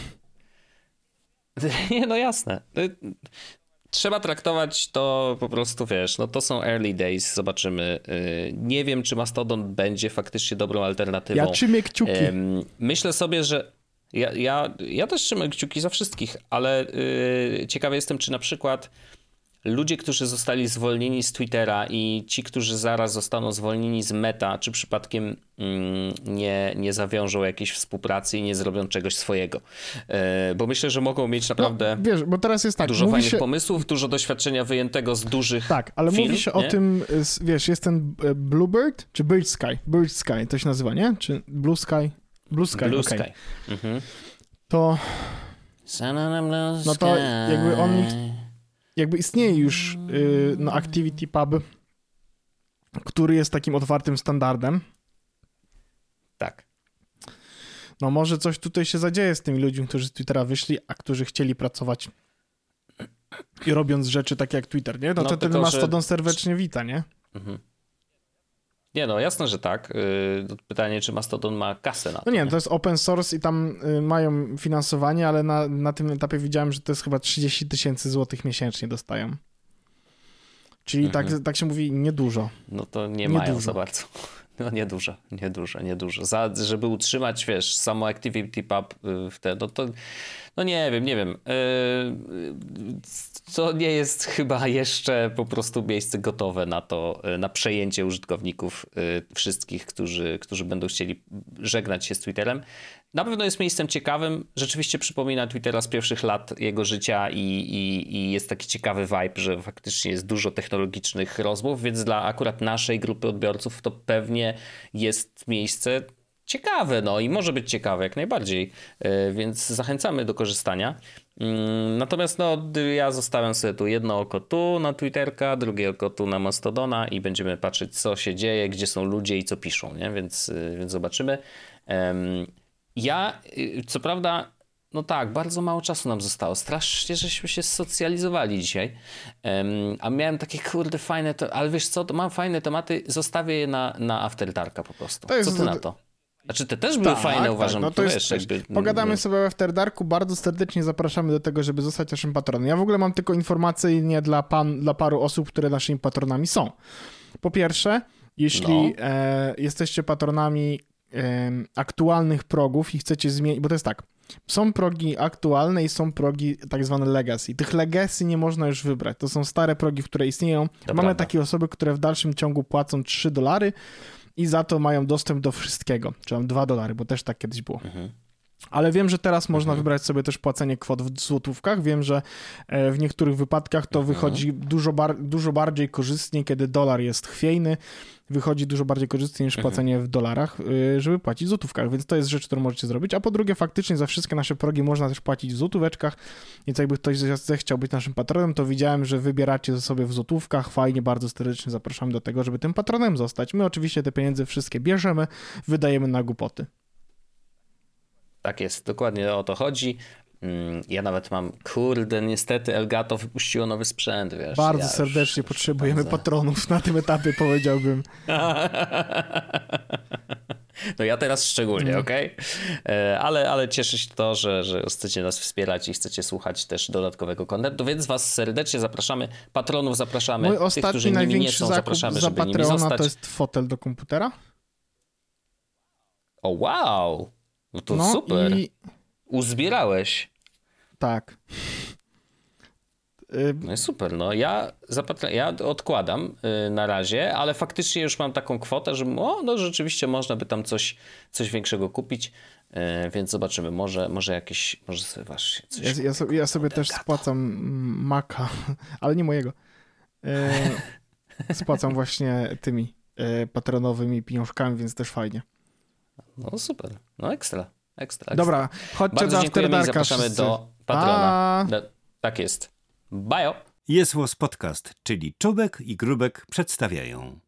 S1: Nie, no jasne. Trzeba traktować to po prostu, wiesz, no to są early days, zobaczymy. Nie wiem, czy Mastodon będzie faktycznie dobrą alternatywą.
S2: Ja trzymię kciuki.
S1: Myślę sobie, że ja, ja, ja też trzymam kciuki za wszystkich, ale yy, ciekawy jestem, czy na przykład ludzie, którzy zostali zwolnieni z Twittera i ci, którzy zaraz zostaną zwolnieni z Meta, czy przypadkiem mm, nie, nie zawiążą jakiejś współpracy i nie zrobią czegoś swojego. Yy, bo myślę, że mogą mieć naprawdę
S2: No, wiesz, bo teraz jest tak,
S1: dużo
S2: mówi
S1: fajnych
S2: się...
S1: pomysłów, dużo doświadczenia wyjętego z dużych
S2: Tak, ale
S1: film,
S2: mówi się
S1: nie?
S2: o tym, s- wiesz, jest ten e, Bluebird, czy Bird Sky? Bird Sky to się nazywa, nie? Czy Blue Sky? Blue Sky,
S1: Blue
S2: okej.
S1: Sky. Mhm.
S2: To
S1: No
S2: No to jakby on- jakby istnieje już y, no, Activity Pub, który jest takim otwartym standardem.
S1: Tak.
S2: No może coś tutaj się zadzieje z tymi ludźmi, którzy z Twittera wyszli, a którzy chcieli pracować i robiąc rzeczy takie jak Twitter, nie? No,
S1: No
S2: to ten
S1: tylko,
S2: Mastodon
S1: że-
S2: serdecznie wita, nie?
S1: Mhm. Nie no, jasne, że tak. Yy, Pytanie, czy Mastodon ma kasę na to.
S2: No nie, to jest open source i tam y, mają finansowanie, ale na, na tym etapie widziałem, że to jest chyba trzydzieści tysięcy złotych miesięcznie dostają. Czyli
S1: Mhm.
S2: tak, tak się mówi niedużo.
S1: No to nie,
S2: Nie
S1: mają
S2: dużo.
S1: za bardzo. No niedużo, niedużo, niedużo. Za, żeby utrzymać, wiesz, samo Activity Pub yy, w te, no to, no nie wiem, nie wiem. Yy, to nie jest chyba jeszcze po prostu miejsce gotowe na to, yy, na przejęcie użytkowników yy, wszystkich, którzy, którzy będą chcieli żegnać się z Twitterem. Na pewno jest miejscem ciekawym. Rzeczywiście przypomina Twittera z pierwszych lat jego życia i, i, i jest taki ciekawy vibe, że faktycznie jest dużo technologicznych rozmów, więc dla akurat naszej grupy odbiorców to pewnie jest miejsce ciekawe, no i może być ciekawe jak najbardziej, yy, więc zachęcamy do korzystania. Yy, natomiast no, ja zostawiam sobie tu jedno oko tu na Twitterka, drugie oko tu na Mastodona i będziemy patrzeć, co się dzieje, gdzie są ludzie i co piszą, nie? Więc, yy, więc zobaczymy. Yy, Ja, y, co prawda, no tak, bardzo mało czasu nam zostało. Strasznie, żeśmy się socjalizowali dzisiaj. Em, a miałem takie, kurde, fajne, to, ale wiesz co, to mam fajne tematy, zostawię je na, na After Darka po prostu.
S2: To jest-
S1: Co ty na to? Znaczy, te też były fajne, uważam.
S2: no to
S1: wiesz,
S2: jest,
S1: jakby,
S2: pogadamy
S1: mm,
S2: sobie o After Darku, bardzo serdecznie zapraszamy do tego, żeby zostać naszym patronem. Ja w ogóle mam tylko informacyjnie dla, pan, dla paru osób, które naszymi patronami są. Po pierwsze, jeśli
S1: No.
S2: e, jesteście patronami e, aktualnych progów i chcecie zmienić, bo to jest tak, są progi aktualne i są progi tak zwane legacy. Tych legacy nie można już wybrać. To są stare progi, które istnieją.
S1: To
S2: Mamy
S1: prawda.
S2: takie osoby, które w dalszym ciągu płacą trzy dolary i za to mają dostęp do wszystkiego. Czy tam dwa dolary, bo też tak kiedyś było.
S1: Mhm.
S2: Ale wiem, że teraz można
S1: Mhm.
S2: wybrać sobie też płacenie kwot w złotówkach. Wiem, że e, w niektórych wypadkach to
S1: Mhm.
S2: wychodzi dużo, bar- dużo bardziej korzystnie, kiedy dolar jest chwiejny. Wychodzi dużo bardziej korzystnie niż
S1: Mhm.
S2: płacenie w dolarach, y, żeby płacić w złotówkach, więc to jest rzecz, którą możecie zrobić. A po drugie, faktycznie za wszystkie nasze progi można też płacić w złotóweczkach, więc jakby ktoś ze- zechciał być naszym patronem, to widziałem, że wybieracie sobie w złotówkach. Fajnie, bardzo serdecznie zapraszam do tego, żeby tym patronem zostać. My oczywiście te pieniądze wszystkie bierzemy, wydajemy na głupoty.
S1: Tak jest, dokładnie o to chodzi. Mm, Ja nawet mam, kurde, niestety Elgato wypuściło nowy sprzęt, wiesz.
S2: Bardzo
S1: ja już-
S2: serdecznie
S1: już
S2: potrzebujemy
S1: pędzę.
S2: patronów na tym etapie, powiedziałbym.
S1: No ja teraz szczególnie,
S2: Mm.
S1: okej? E, Ale, ale cieszy się to, że, że chcecie nas wspierać i chcecie słuchać też dodatkowego kontentu, więc was serdecznie zapraszamy. Patronów zapraszamy.
S2: Mój
S1: Tych,
S2: ostatni
S1: którzy nimi nie
S2: największy
S1: są,
S2: zakup
S1: zapraszamy,
S2: za
S1: żeby nimi
S2: Patreona
S1: zostać.
S2: to jest fotel do komputera.
S1: O wow! No to
S2: No
S1: super.
S2: i
S1: Uzbierałeś.
S2: tak.
S1: No i super, no ja, zapatr- ja odkładam y, na razie, ale faktycznie już mam taką kwotę, że o, no rzeczywiście można by tam coś, coś większego kupić, y, więc zobaczymy, może, może jakieś, może sobie właśnie coś...
S2: Ja, ja, sobie, ja sobie też spłacam Maca, ale nie mojego. Y, spłacam właśnie tymi y, patronowymi pieniążkami, więc też fajnie.
S1: No super, no ekstra, ekstra. ekstra.
S2: Dobra, chodźcie
S1: Bardzo
S2: do
S1: dziękujemy i
S2: After Darka
S1: zapraszamy
S2: wszyscy.
S1: do patrona.
S2: A.
S1: Do, tak jest. Bajo!
S3: Jest Podcast, czyli Czubek i Grubek przedstawiają.